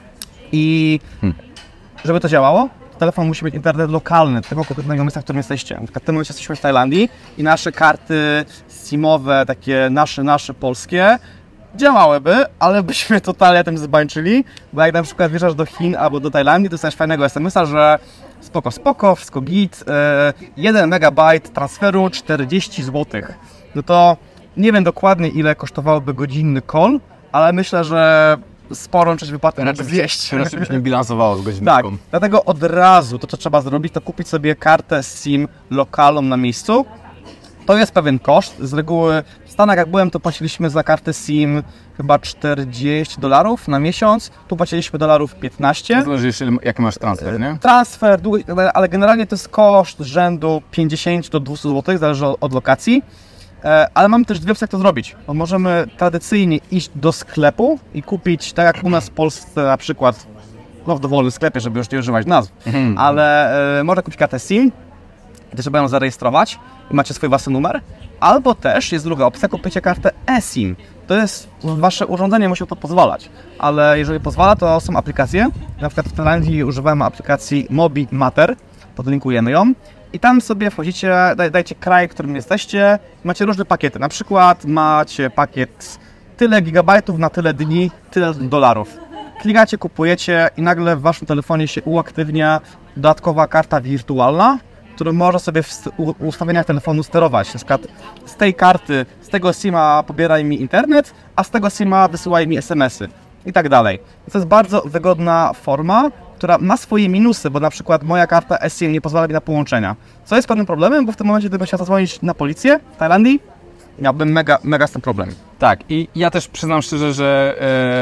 I Hmm. żeby to działało, to telefon musi mieć internet lokalny, tego konkretnego miejsca, w którym jesteście. Na przykład w tym momencie jesteśmy w Tajlandii i nasze karty SIM-owe, takie nasze, nasze polskie, działałyby, ale byśmy totalnie tym zbańczyli, bo jak na przykład wjeżdżasz do Chin albo do Tajlandii, to dostajesz fajnego es em es a, że spoko, spoko, wszystko git, e, jeden megabajt transferu czterdzieści złotych. No to nie wiem dokładnie ile kosztowałby godzinny call, ale myślę, że sporą część wypłaty mógłby zjeść. raczej byś nie bilansowało z Tak, godzinniką. dlatego od razu to, co trzeba zrobić, to kupić sobie kartę SIM lokalną na miejscu. To jest pewien koszt. Z reguły w Stanach jak byłem, to płaciliśmy za kartę SIM chyba czterdzieści dolarów na miesiąc. Tu płaciliśmy dolarów piętnaście. Zależy jeszcze, jaki masz transfer, nie? Transfer, długi, ale generalnie to jest koszt rzędu pięćdziesiąt do dwieście złotych, zależy od, od lokacji. E, Ale mamy też dwie opcje, jak to zrobić. Bo możemy tradycyjnie iść do sklepu i kupić, tak jak u nas w Polsce na przykład, no w dowolnym sklepie, żeby już nie używać nazw, Mhm. ale e, można kupić kartę SIM, i trzeba ją zarejestrować i macie swój własny numer, albo też jest druga opcja, kupicie kartę eSIM. To jest, wasze urządzenie musi to pozwalać, ale jeżeli pozwala, to są aplikacje. Na przykład w Tajlandii używamy aplikacji Mobi Mater, podlinkujemy ją i tam sobie wchodzicie, daj, dajcie kraj, w którym jesteście, macie różne pakiety. Na przykład macie pakiet tyle gigabajtów na tyle dni, tyle dolarów. Klikacie, kupujecie i nagle w waszym telefonie się uaktywnia dodatkowa karta wirtualna, którą można sobie w ustawieniach telefonu sterować. Na przykład z tej karty, z tego SIM-a pobieraj mi internet, a z tego SIM-a wysyłaj mi es em esy i tak dalej. To jest bardzo wygodna forma, która ma swoje minusy, bo na przykład moja karta eSIM nie pozwala mi na połączenia. Co jest pewnym problemem, bo w tym momencie, gdybym chciał zadzwonić na policję w Tajlandii, miałbym mega, mega z tym problem. Tak, i ja też przyznam szczerze, że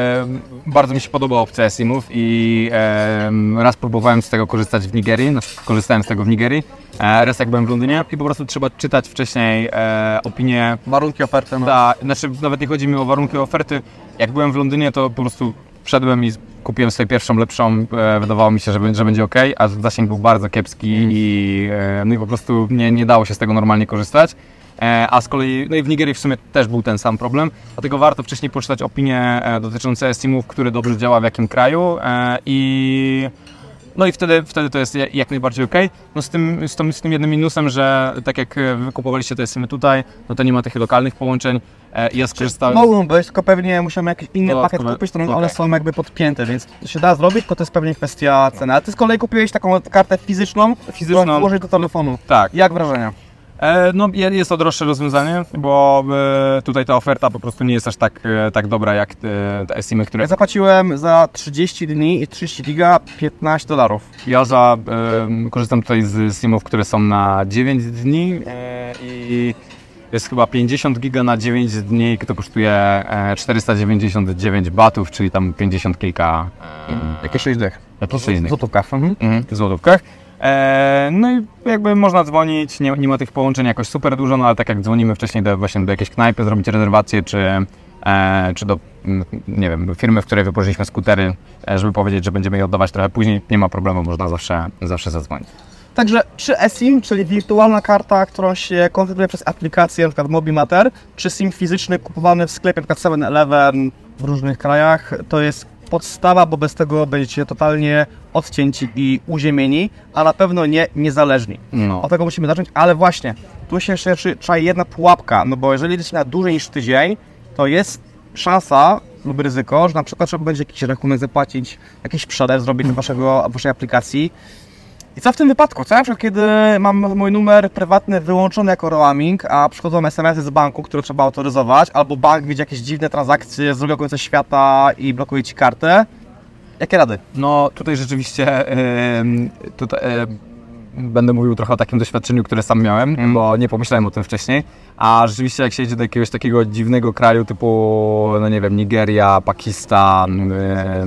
e, bardzo mi się podoba opcja eSIM-ów i e, raz próbowałem z tego korzystać w Nigerii, znaczy korzystałem z tego w Nigerii, e, raz jak byłem w Londynie i po prostu trzeba czytać wcześniej e, opinie, Warunki oferty. No. da, znaczy nawet nie chodzi mi o warunki oferty, jak byłem w Londynie, to po prostu wszedłem i kupiłem sobie pierwszą lepszą, e, wydawało mi się, że, że będzie ok, a zasięg był bardzo kiepski i, e, no i po prostu nie, nie dało się z tego normalnie korzystać. A z kolei, no i w Nigerii w sumie też był ten sam problem, dlatego warto wcześniej poczytać opinie dotyczące eSIM-ów, który dobrze działa w jakim kraju i no i wtedy, wtedy to jest jak najbardziej ok. No z tym, z tym, z tym jednym minusem, że tak jak wy kupowaliście te eSIM-y tutaj, no to nie ma tych lokalnych połączeń. Ja skorzystałem... Mogą być, tylko pewnie musimy jakiś inny No, pakiet to- kupić, które okay. one są jakby podpięte, więc to się da zrobić, tylko to jest pewnie kwestia ceny. A ty z kolei kupiłeś taką kartę fizyczną, Fizyczną. którą włożyć do telefonu. Tak. Jak wrażenia? E, No jest to droższe rozwiązanie, bo e, tutaj ta oferta po prostu nie jest aż tak, e, tak dobra jak te, te eSIM-y, które... Ja zapłaciłem za trzydzieści dni i trzydzieści giga piętnaście dolarów. Ja za, e, korzystam tutaj z SIM-ów, które są na dziewięć dni e, i jest chyba pięćdziesiąt giga na dziewięć dni, to kosztuje e, czterysta dziewięćdziesiąt dziewięć batów, czyli tam pięćdziesiąt kilka... E, Jakieś sześć dych. plus innych. Złotówkach. Mhm. Mhm, w złotówkach. E, no i jakby można dzwonić, nie, nie ma tych połączeń jakoś super dużo, no ale tak jak dzwonimy wcześniej do, właśnie do jakiejś knajpy, zrobić rezerwację, czy, e, czy do, mm, nie wiem, firmy, w której wypożyczyliśmy skutery, e, żeby powiedzieć, że będziemy je oddawać trochę później, nie ma problemu, można zawsze, zawsze zadzwonić. Także czy eSIM, czyli wirtualna karta, którą się konfiguruje przez aplikację, np. Mobimater, czy SIM fizyczny kupowany w sklepie, np. seven eleven w różnych krajach, to jest podstawa, bo bez tego będziecie totalnie odcięci i uziemieni, a na pewno nie niezależni. No. Od tego musimy zacząć, ale właśnie, tu się jeszcze czai jedna pułapka, no bo jeżeli jesteście na dłużej niż tydzień, to jest szansa lub ryzyko, że na przykład trzeba będzie jakiś rachunek zapłacić, jakiś przelew zrobić do waszego, waszej aplikacji. I co w tym wypadku? Co na przykład, kiedy mam mój numer prywatny wyłączony jako roaming, a przychodzą es em esy z banku, które trzeba autoryzować, albo bank widzi jakieś dziwne transakcje z drugiego końca świata i blokuje ci kartę? Jakie rady? No tutaj rzeczywiście e, tutaj, e, będę mówił trochę o takim doświadczeniu, które sam miałem, Mm. bo nie pomyślałem o tym wcześniej, a rzeczywiście jak się jedzie do jakiegoś takiego dziwnego kraju typu, no nie wiem, Nigeria, Pakistan, e,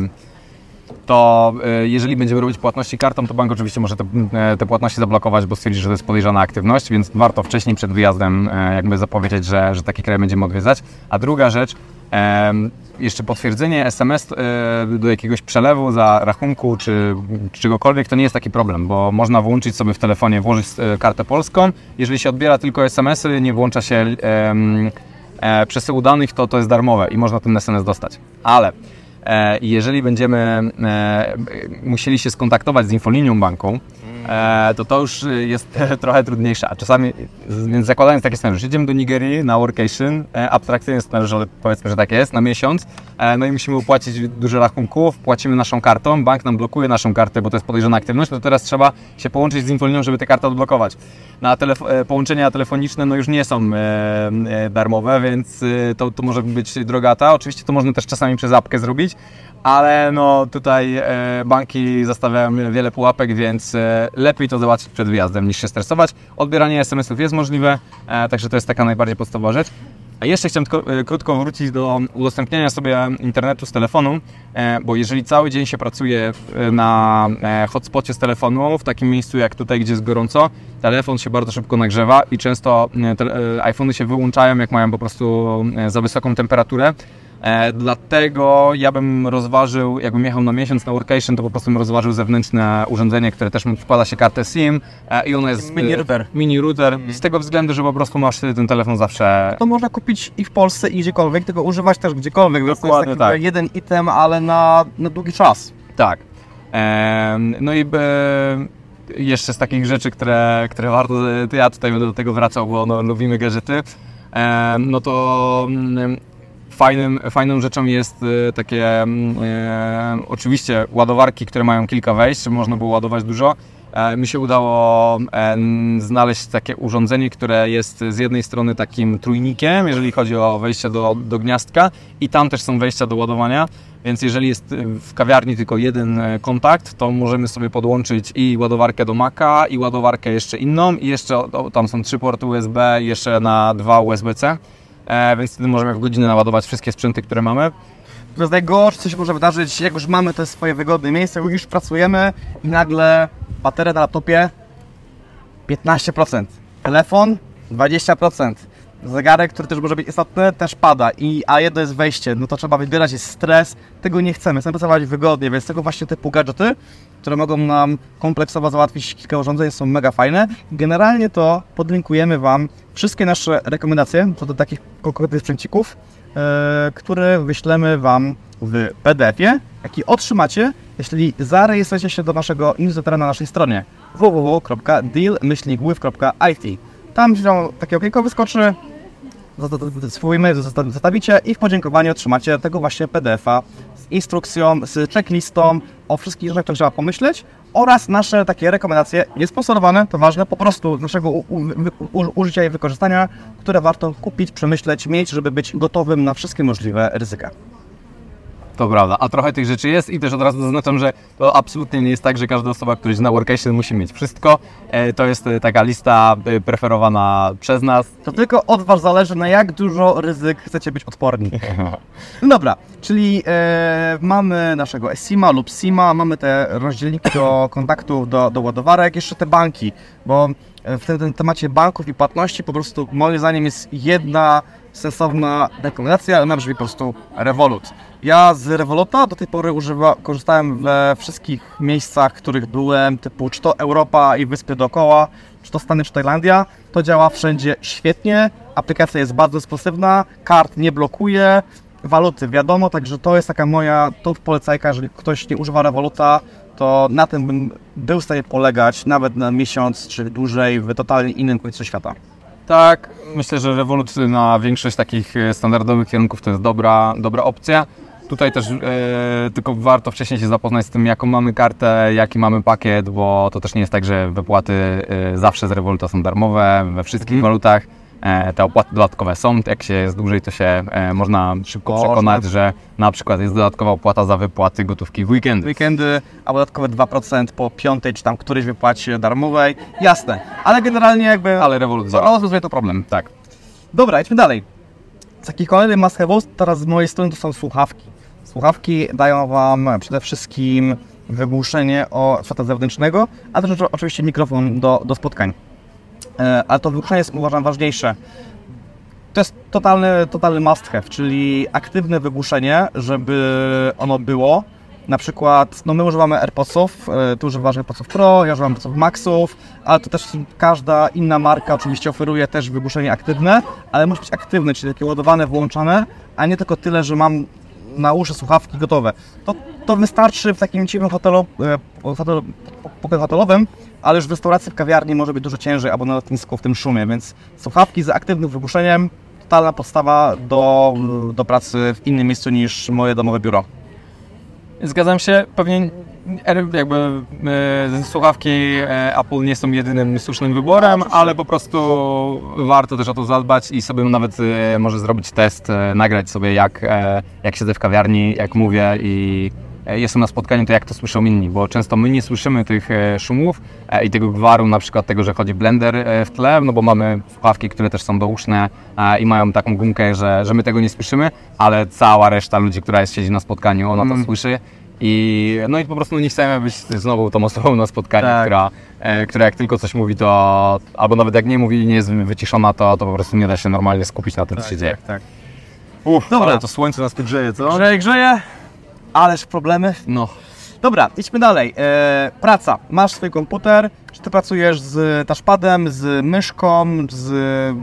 to e, jeżeli będziemy robić płatności kartą, to bank oczywiście może te, e, te płatności zablokować, bo stwierdzi, że to jest podejrzana aktywność, więc warto wcześniej przed wyjazdem e, jakby zapowiedzieć, że, że taki kraj będziemy odwiedzać. A druga rzecz, e, jeszcze potwierdzenie es em es e, do jakiegoś przelewu za rachunku czy, czy czegokolwiek, to nie jest taki problem, bo można włączyć sobie w telefonie, włożyć e, kartę polską. Jeżeli się odbiera tylko es em esy, nie włącza się e, e, przesyłu danych, to to jest darmowe i można ten es em es dostać. Ale E, jeżeli będziemy e, musieli się skontaktować z infolinią banku, e, to to już jest trochę trudniejsze, a czasami, więc zakładając taki scenariusz, jedziemy do Nigerii na workation, e, abstrakcyjny scenariusz, ale powiedzmy, że tak jest, na miesiąc, e, no i musimy opłacić dużo rachunków, płacimy naszą kartą, bank nam blokuje naszą kartę, bo to jest podejrzana aktywność, to teraz trzeba się połączyć z infolinią, żeby tę kartę odblokować. Na telefo- e, połączenia telefoniczne no już nie są e, e, darmowe, więc e, to, to może być drogata. Oczywiście to można też czasami przez apkę zrobić, ale no tutaj e, banki zastawiają wiele pułapek, więc e, lepiej to załatwić przed wyjazdem niż się stresować. Odbieranie es em esów jest możliwe, e, także to jest taka najbardziej podstawowa rzecz. A jeszcze chciałem tylko e, krótko wrócić do udostępniania sobie internetu z telefonu, e, bo jeżeli cały dzień się pracuje e, na e, hotspocie z telefonu, w takim miejscu jak tutaj, gdzie jest gorąco, telefon się bardzo szybko nagrzewa i często e, te, e, iPhony się wyłączają, jak mają po prostu e, za wysoką temperaturę. E, dlatego ja bym rozważył, jakbym jechał na miesiąc na workation, to po prostu bym rozważył zewnętrzne urządzenie, które też wkłada się kartę SIM e, i ono jest Mini router. Mini router, z tego względu, że po prostu masz ten telefon zawsze. To można kupić i w Polsce, i gdziekolwiek, tylko używać też gdziekolwiek. Dokładnie, to jest taki tak. jeden item, ale na, na długi czas. Tak. E, no i by, jeszcze z takich rzeczy, które, które warto, to ja tutaj będę do tego wracał, bo no, lubimy gadżety, e, no to mm, fajnym, fajną rzeczą jest e, takie e, oczywiście ładowarki, które mają kilka wejść, żeby można było ładować dużo. E, mi się udało e, znaleźć takie urządzenie, które jest z jednej strony takim trójnikiem, jeżeli chodzi o wejście do, do gniazdka, i tam też są wejścia do ładowania. Więc jeżeli jest w kawiarni tylko jeden kontakt, to możemy sobie podłączyć i ładowarkę do Maca, i ładowarkę jeszcze inną, i jeszcze o, tam są trzy porty U S B, i jeszcze na dwa U S B C, e, więc wtedy możemy w godzinę naładować wszystkie sprzęty, które mamy. To jest najgorsze, co się może wydarzyć, jak już mamy te swoje wygodne miejsce, jak już pracujemy i nagle bateria na laptopie piętnaście procent, telefon dwadzieścia procent. Zegarek, który też może być istotny, też pada, i, a jedno jest wejście, no to trzeba wybierać, jest stres, tego nie chcemy, chcemy pracować wygodnie, więc tego właśnie typu gadżety, które mogą nam kompleksowo załatwić kilka urządzeń, są mega fajne. Generalnie to podlinkujemy Wam wszystkie nasze rekomendacje co do takich konkretnych sprzęcików, yy, które wyślemy Wam w P D F-ie, jaki otrzymacie, jeśli zarejestrujecie się do naszego newslettera na naszej stronie w w w kropka deal myślnik with kropka i t. Tam się takie okienko wyskoczy, swój mail zostawicie i w podziękowaniu otrzymacie tego właśnie P D F-a z instrukcją, z checklistą o wszystkich rzeczach, które trzeba pomyśleć, oraz nasze takie rekomendacje, niesponsorowane, to ważne, po prostu z naszego u, u, u, użycia i wykorzystania, które warto kupić, przemyśleć, mieć, żeby być gotowym na wszystkie możliwe ryzyka. To prawda, a trochę tych rzeczy jest, i też od razu zaznaczam, że to absolutnie nie jest tak, że każda osoba, która jest na workation, musi mieć wszystko. To jest taka lista preferowana przez nas. To tylko od Was zależy, na jak dużo ryzyk chcecie być odporni. No dobra, czyli e, mamy naszego eSIM-a lub SIM-a, mamy te rozdzielniki do kontaktów, do, do ładowarek, jeszcze te banki, bo w tym, tym temacie banków i płatności po prostu moim zdaniem jest jedna sensowna rekomendacja, ale ona brzmi po prostu Revolut. Ja z Revoluta do tej pory używa, korzystałem we wszystkich miejscach, w których byłem, typu czy to Europa i wyspy dookoła, czy to Stany, czy Tajlandia. To działa wszędzie świetnie, aplikacja jest bardzo responsywna, kart nie blokuje, waluty wiadomo, także to jest taka moja top polecajka, jeżeli ktoś nie używa Revoluta, to na tym bym był w stanie polegać nawet na miesiąc czy dłużej w totalnie innym końcu świata. Tak, myślę, że Revolut na większość takich standardowych kierunków to jest dobra, dobra opcja. Tutaj też e, tylko warto wcześniej się zapoznać z tym, jaką mamy kartę, jaki mamy pakiet, bo to też nie jest tak, że wypłaty e, zawsze z Revoluta są darmowe we wszystkich mm. walutach. E, te opłaty dodatkowe są, jak się jest dłużej, to się e, można szybko można. przekonać, że na przykład jest dodatkowa opłata za wypłaty gotówki w weekendy. Weekendy, a dodatkowe dwa procent po piątej, czy tam którejś wypłacie darmowej, jasne, ale generalnie jakby... Ale Revolut rozwiązuje to problem. Tak. Dobra, idźmy dalej. Z takich kolejnych must have'ów teraz z mojej strony to są słuchawki. Słuchawki dają Wam przede wszystkim wygłuszenie o świata zewnętrznego, a też oczywiście mikrofon do, do spotkań. Ale to wygłuszenie jest, uważam, ważniejsze. To jest totalny, totalny must have, czyli aktywne wygłuszenie, żeby ono było. Na przykład, no my używamy AirPodsów, tu używam AirPodsów Pro, ja używam AirPodsów Maxów, ale to też każda inna marka oczywiście oferuje też wygłuszenie aktywne, ale musi być aktywne, czyli takie ładowane, włączane, a nie tylko tyle, że mam na uszy słuchawki gotowe. To, to wystarczy w takim cichym hotelu, hotelu, pokoju hotelowym, ale już w restauracji, w kawiarni może być dużo ciężej, albo na lotnisku w tym szumie, więc słuchawki z aktywnym wygłuszeniem, totalna podstawa do, do pracy w innym miejscu niż moje domowe biuro. Zgadzam się, pewnie jakby e, słuchawki e, Apple nie są jedynym słusznym wyborem, no, ale po prostu warto też o to zadbać i sobie nawet e, może zrobić test, e, nagrać sobie jak, e, jak siedzę w kawiarni, jak mówię i e, jestem na spotkaniu, to jak to słyszą inni, bo często my nie słyszymy tych e, szumów e, i tego gwaru, na przykład tego, że chodzi blender e, w tle, no bo mamy słuchawki, które też są douszne e, i mają taką gumkę, że, że my tego nie słyszymy, ale cała reszta ludzi, która jest, siedzi na spotkaniu, ona to mm. słyszy. I, no i po prostu nie chcemy być znowu tą osobą na spotkaniu, tak. która, e, która jak tylko coś mówi, to albo nawet jak nie mówi, nie jest wyciszona, to, to po prostu nie da się normalnie skupić na tym, tak, co się dzieje. Tak, tak. Uff, Dobra. ale to słońce nas tu grzeje, co? Grzeje, grzeje, ależ problemy. No. Dobra, idźmy dalej. E, praca. Masz swój komputer, czy ty pracujesz z touchpadem, z myszką, z...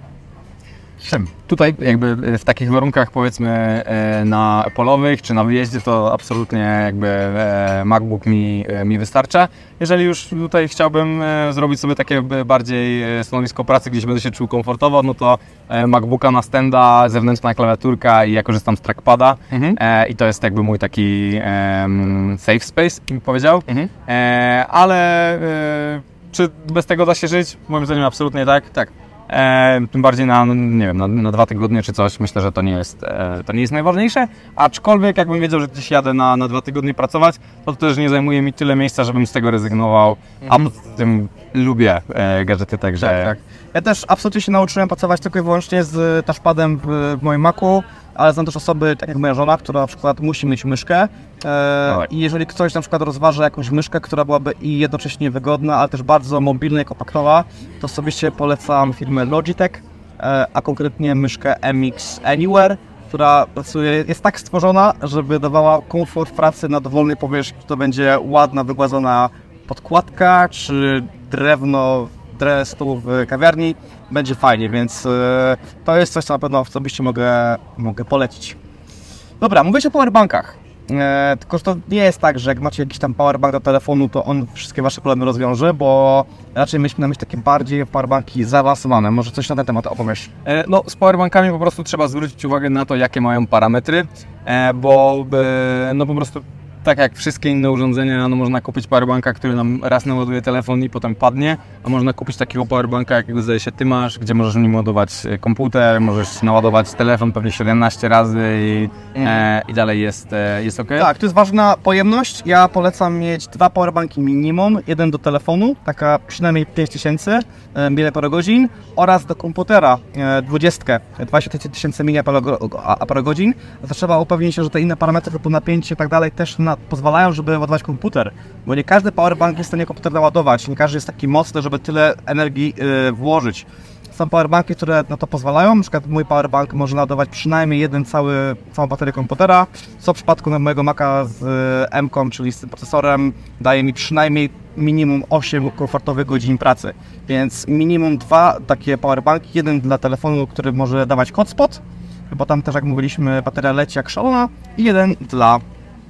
czym? Tutaj jakby w takich warunkach powiedzmy e, na polowych czy na wyjeździe to absolutnie jakby e, MacBook mi, e, mi wystarcza. Jeżeli już tutaj chciałbym e, zrobić sobie takie bardziej e, stanowisko pracy, gdzieś będę się czuł komfortowo, no to e, MacBooka na standa, zewnętrzna klawiaturka i ja korzystam z trackpada Mhm. e, i to jest jakby mój taki e, safe space, bym powiedział. Mhm. E, ale e, czy bez tego da się żyć? Moim zdaniem absolutnie tak. Tak. E, tym bardziej na, no, nie wiem, na, na dwa tygodnie czy coś, myślę, że to nie jest, e, to nie jest najważniejsze, aczkolwiek jakbym wiedział, że gdzieś jadę na, na dwa tygodnie pracować, to, to też nie zajmuje mi tyle miejsca, żebym z tego rezygnował, Mhm. a poza tym lubię e, gadżety, także... Tak, tak. Ja też absolutnie się nauczyłem pracować tylko i wyłącznie z touchpadem w, w moim Macu, ale znam też osoby, tak jak moja żona, która na przykład musi mieć myszkę e, Tak. i jeżeli ktoś na przykład rozważa jakąś myszkę, która byłaby i jednocześnie wygodna, ale też bardzo mobilna i kompaktowa, to osobiście polecam firmę Logitech, e, a konkretnie myszkę M X Anywhere, która pracuje, jest tak stworzona, żeby dawała komfort pracy na dowolnej powierzchni. To będzie ładna, wygładzona podkładka, czy drewno, dre stół w kawiarni, będzie fajnie, więc e, to jest coś, co na pewno osobiście mogę, mogę polecić. Dobra, mówicie o powerbankach. E, tylko, że to nie jest tak, że jak macie jakiś tam powerbank do telefonu, to on wszystkie wasze problemy rozwiąże, bo raczej mieliśmy na myśli takie bardziej powerbanki zaawansowane. Może coś na ten temat opowiesz? E, No, z powerbankami po prostu trzeba zwrócić uwagę na to, jakie mają parametry, e, bo e, no po prostu tak jak wszystkie inne urządzenia, no można kupić powerbanka, który nam raz naładuje telefon i potem padnie, a można kupić takiego powerbanka, jakiego zdaje się ty masz, gdzie możesz w nim ładować komputer, możesz naładować telefon pewnie siedemnaście razy i, e, i dalej jest, e, jest ok. Tak, to jest ważna pojemność. Ja polecam mieć dwa powerbanki minimum. Jeden do telefonu, taka przynajmniej pięć tysięcy miliamperogodzin oraz do komputera e, dwadzieścia, dwadzieścia tysięcy miliamperogodzin. To trzeba upewnić się, że te inne parametry typu napięcie i tak dalej też na, pozwalają, żeby ładować komputer. Bo nie każdy powerbank jest w stanie komputer naładować. Nie każdy jest taki mocny, żeby tyle energii e, włożyć. Są powerbanki, które na to pozwalają. Na przykład mój powerbank może ładować przynajmniej jeden cały, całą baterię komputera. Co w przypadku mojego Maca z M-ką, czyli z tym procesorem, daje mi przynajmniej minimum osiem komfortowych godzin pracy. Więc minimum dwa takie powerbanki. Jeden dla telefonu, który może dawać hotspot, bo tam też, jak mówiliśmy, bateria leci jak szalona. I jeden dla,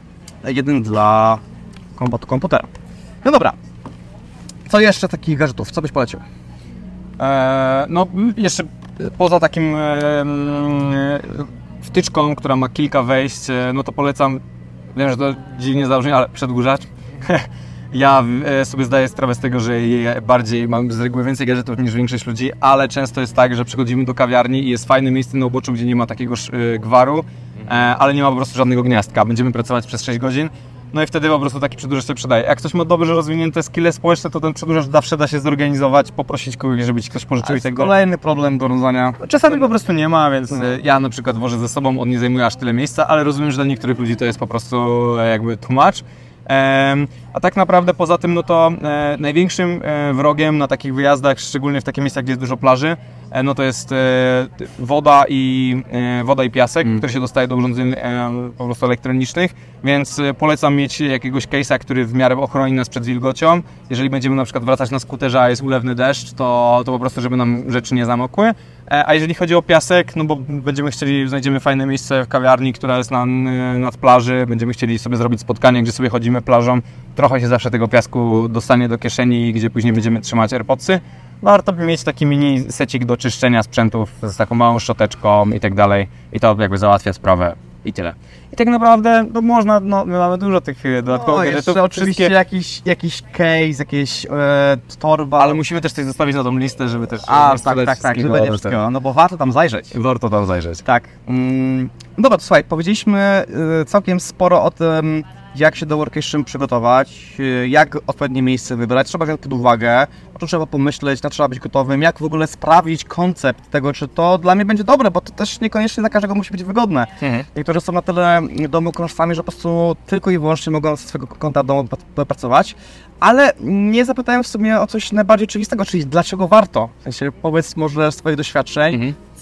jeden dla komputera. No dobra. Co jeszcze takich gadżetów? Co byś polecił? E, no jeszcze poza takim e, wtyczką, która ma kilka wejść, e, no to polecam, wiem, że to dziwnie zabrzmi, ale przedłużacz. Ja e, sobie zdaję sprawę z tego, że bardziej mam z reguły więcej gadżetów niż większość ludzi, ale często jest tak, że przychodzimy do kawiarni i jest fajne miejsce na uboczu, gdzie nie ma takiego e, gwaru, e, ale nie ma po prostu żadnego gniazdka. Będziemy pracować przez sześć godzin. No i wtedy po prostu taki przedłużacz się przydaje. Jak ktoś ma dobrze rozwinięte skille społeczne, to ten przedłużacz zawsze da się zorganizować, poprosić kogoś, żeby ci ktoś pożyczył i tego. Kolejny problem do rozwiązania. Czasami po prostu nie ma, więc ja na przykład wożę ze sobą, on nie zajmuje aż tyle miejsca, ale rozumiem, że dla niektórych ludzi to jest po prostu jakby tłumacz. A tak naprawdę poza tym, no to e, największym e, wrogiem na takich wyjazdach, szczególnie w takich miejscach, gdzie jest dużo plaży, e, no to jest e, woda i e, woda i piasek, mm. który się dostaje do urządzeń e, po prostu elektronicznych, więc e, polecam mieć jakiegoś case'a, który w miarę ochroni nas przed wilgocią. Jeżeli będziemy na przykład wracać na skuterze, a jest ulewny deszcz, to, to po prostu, żeby nam rzeczy nie zamokły. E, a jeżeli chodzi o piasek, no bo będziemy chcieli, znajdziemy fajne miejsce w kawiarni, która jest na, nad plaży, będziemy chcieli sobie zrobić spotkanie, gdzie sobie chodzimy plażą, trochę się zawsze tego piasku dostanie do kieszeni, gdzie później będziemy trzymać AirPodsy. Warto by mieć taki mini secik do czyszczenia sprzętów z taką małą szczoteczką i tak dalej. I to jakby załatwia sprawę i tyle. I tak naprawdę no można, no my mamy dużo tych dodatkowych gadżetów. Jeszcze oczywiście wszystkie... jakiś, jakiś case, jakieś e, torba. Ale musimy też coś zostawić na tą listę, żeby też... A, tak, tak, tak, żeby nie wszystkiego. No bo warto tam zajrzeć. Warto tam zajrzeć. Tak. Mm, dobra, to słuchaj, powiedzieliśmy y, całkiem sporo o tym, jak się do workation przygotować, jak odpowiednie miejsce wybrać, trzeba wziąć pod uwagę, o czym trzeba pomyśleć, na co trzeba być gotowym, jak w ogóle sprawdzić koncept tego, czy to dla mnie będzie dobre, bo to też niekoniecznie dla każdego musi być wygodne. Mhm. Niektórzy są na tyle domokroczcami, że po prostu tylko i wyłącznie mogą ze swojego konta domu pracować, ale nie zapytałem w sumie o coś najbardziej oczywistego, czyli dlaczego warto. W sensie powiedz może z swoich doświadczeń, mhm.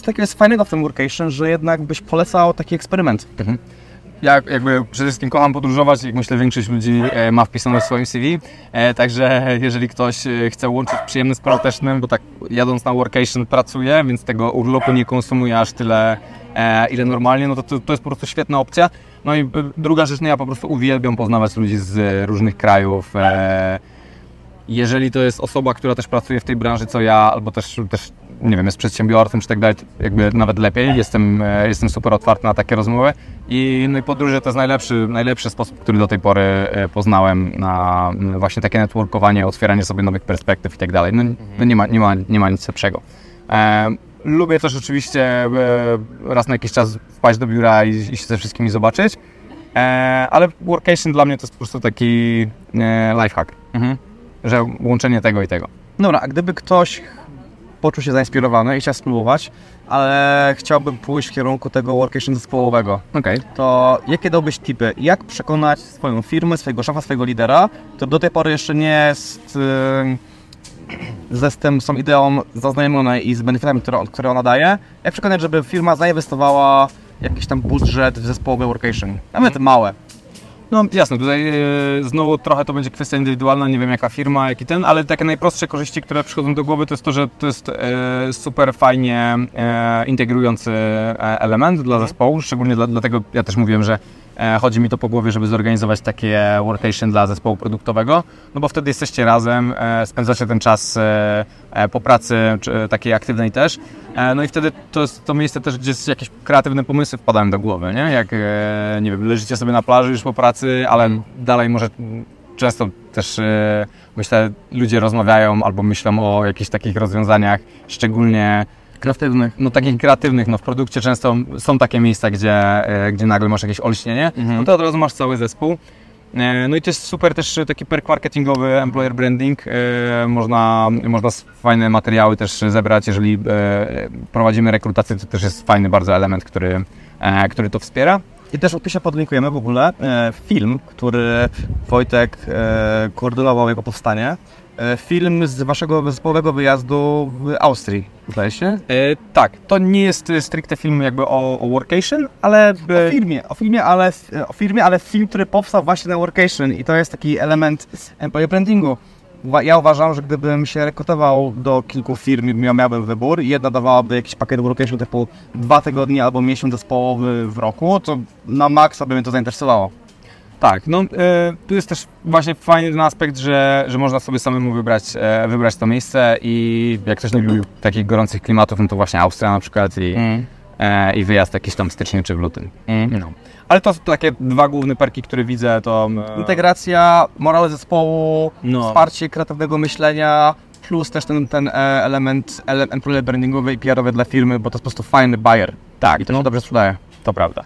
takiego jest fajnego w tym workation, że jednak byś polecał taki eksperyment? Mhm. Ja jakby przede wszystkim kocham podróżować, jak myślę większość ludzi e, ma wpisane w swoim C V, e, także jeżeli ktoś e, chce łączyć przyjemne z pożytecznym, bo tak jadąc na workation pracuję, więc tego urlopu nie konsumuję aż tyle, e, ile normalnie, no to, to to jest po prostu świetna opcja. No i e, druga rzecz, no ja po prostu uwielbiam poznawać ludzi z e, różnych krajów. E, jeżeli to jest osoba, która też pracuje w tej branży co ja, albo też, też nie wiem, jest przedsiębiorcą czy tak dalej, jakby nawet lepiej, jestem, jestem super otwarty na takie rozmowy i, no i podróże to jest najlepszy, najlepszy sposób, który do tej pory poznałem na właśnie takie networkowanie, otwieranie sobie nowych perspektyw i tak dalej. No, no nie, ma, nie, ma, nie ma nic lepszego. E, lubię też oczywiście e, raz na jakiś czas wpaść do biura i, i się ze wszystkimi zobaczyć, e, ale workation dla mnie to jest po prostu taki e, lifehack, mhm. że łączenie tego i tego. Dobra, a gdyby ktoś poczuł się zainspirowany i chciał spróbować, ale chciałby pójść w kierunku tego workation zespołowego, Okay. to jakie dałbyś tipy? Jak przekonać swoją firmę, swojego szefa, swojego lidera, który do tej pory jeszcze nie jest yy, ze z tym, tą ideą zaznajomiona i z benefitami, które, które ona daje, jak przekonać, żeby firma zainwestowała jakiś tam budżet w zespołowe workation, nawet małe? No jasne, tutaj e, znowu trochę to będzie kwestia indywidualna, nie wiem jaka firma, jaki ten, ale takie najprostsze korzyści, które przychodzą do głowy, to jest to, że to jest e, super fajnie e, integrujący element dla zespołu, szczególnie dla, dlatego ja też mówiłem, że e, chodzi mi to po głowie, żeby zorganizować takie workation dla zespołu produktowego, no bo wtedy jesteście razem, e, spędzacie ten czas e, e, po pracy, czy, takiej aktywnej też, e, no i wtedy to jest to miejsce też, gdzie jakieś kreatywne pomysły wpadają do głowy, nie? Jak, e, nie wiem, leżycie sobie na plaży już po pracy, ale dalej może często też e, myślę, ludzie rozmawiają albo myślą o jakichś takich rozwiązaniach, szczególnie Kreatywnych. no takich kreatywnych, no w produkcie często są takie miejsca, gdzie, e, gdzie nagle masz jakieś olśnienie, mhm. no to od razu masz cały zespół. E, no i to jest super też taki perk marketingowy, employer branding, e, można, można fajne materiały też zebrać, jeżeli e, prowadzimy rekrutację, to też jest fajny bardzo element, który, e, który to wspiera. I też w opisie podlinkujemy w ogóle e, film, który Wojtek e, koordynował jego powstanie. E, film z waszego zespołowego wyjazdu w Austrii, zdaje się? E, tak, to nie jest stricte film jakby o, o workation, ale... O firmie, o filmie, ale, o firmie, ale film, który powstał właśnie na workation i to jest taki element employer brandingu. Ja uważam, że gdybym się rekrutował do kilku firm, miałbym wybór i jedna dawałaby jakiś pakiet workation typu dwa tygodnie albo miesiąc zespołowy w roku, to na maksa by mnie to zainteresowało. Tak, no e, tu jest też właśnie fajny ten aspekt, że, że można sobie samemu wybrać, e, wybrać to miejsce i jak ktoś nie lubi takich gorących klimatów, no to właśnie Austria na przykład i, mm. e, i wyjazd jakiś tam w styczniu czy w lutym. Mm. No. Ale to są takie dwa główne perki, które widzę, to... E... Integracja, morale zespołu, no. wsparcie kreatywnego myślenia, plus też ten, ten element, element employer brandingowy i P R owy dla firmy, bo to jest po prostu fajny buyer. Tak, i to no. się dobrze sprzedaje. To prawda.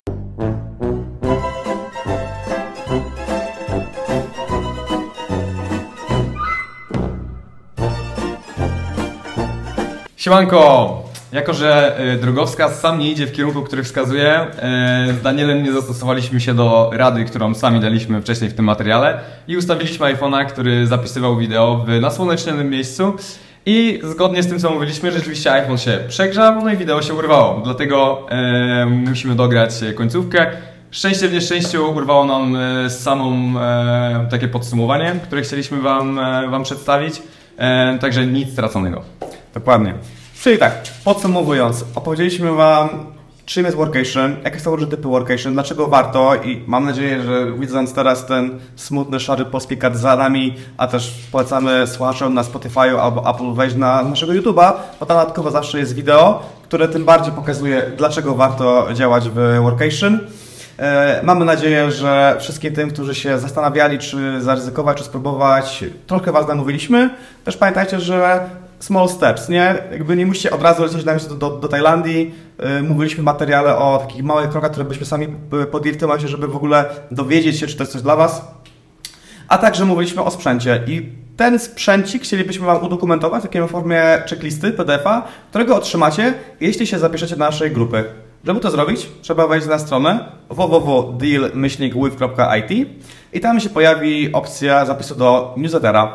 Siemanko! Jako że y, drogowskaz sam nie idzie w kierunku, który wskazuje, y, z Danielem nie zastosowaliśmy się do rady, którą sami daliśmy wcześniej w tym materiale i ustawiliśmy iPhone'a, który zapisywał wideo w nasłonecznionym miejscu i zgodnie z tym, co mówiliśmy, rzeczywiście iPhone się przegrzał, no i wideo się urwało, dlatego y, musimy dograć końcówkę. Szczęście w nieszczęściu urwało nam y, samą y, takie podsumowanie, które chcieliśmy Wam, y, wam przedstawić, y, także nic straconego. Dokładnie. Czyli tak, podsumowując, opowiedzieliśmy Wam, czym jest workation, jakie są różne typy workation, dlaczego warto i mam nadzieję, że widząc teraz ten smutny, szary polski kat za nami, a też polecamy słuchaczom na Spotify'u albo Apple wejść na naszego YouTube'a, bo tam dodatkowo zawsze jest wideo, które tym bardziej pokazuje, dlaczego warto działać w workation. Mamy nadzieję, że wszystkim tym, którzy się zastanawiali, czy zaryzykować, czy spróbować, trochę Was namówiliśmy. Też pamiętajcie, że small steps, nie? Jakby nie musicie od razu lecieć do, do, do Tajlandii. Yy, mówiliśmy w materiale o takich małych krokach, które byśmy sami podjęli w tym momencie, żeby w ogóle dowiedzieć się, czy to jest coś dla Was. A także mówiliśmy o sprzęcie i ten sprzęcik chcielibyśmy Wam udokumentować w takiej formie checklisty P D F-a, którego otrzymacie, jeśli się zapiszecie do naszej grupy. Żeby to zrobić, trzeba wejść na stronę w w w kropka deal myślnik with kropka i t i tam się pojawi opcja zapisu do newslettera.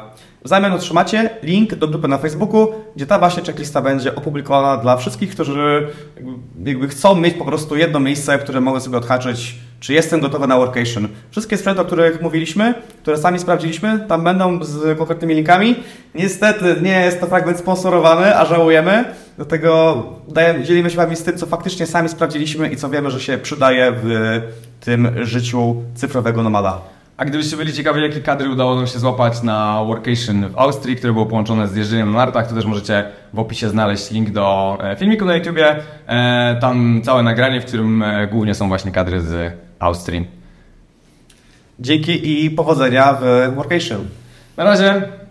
W zamian otrzymacie link do grupy na Facebooku, gdzie ta właśnie checklista będzie opublikowana dla wszystkich, którzy jakby, jakby chcą mieć po prostu jedno miejsce, które mogą sobie odhaczyć, czy jestem gotowy na workation. Wszystkie sprzęty, o których mówiliśmy, które sami sprawdziliśmy, tam będą z konkretnymi linkami. Niestety nie jest to fragment sponsorowany, a żałujemy. Dlatego dajemy, dzielimy się wami z tym, co faktycznie sami sprawdziliśmy i co wiemy, że się przydaje w tym życiu cyfrowego nomada. A gdybyście byli ciekawi, jakie kadry udało nam się złapać na workation w Austrii, które było połączone z jeżdżeniem na nartach, to też możecie w opisie znaleźć link do filmiku na YouTubie. Tam całe nagranie, w którym głównie są właśnie kadry z Austrii. Dzięki i powodzenia w workation. Na razie!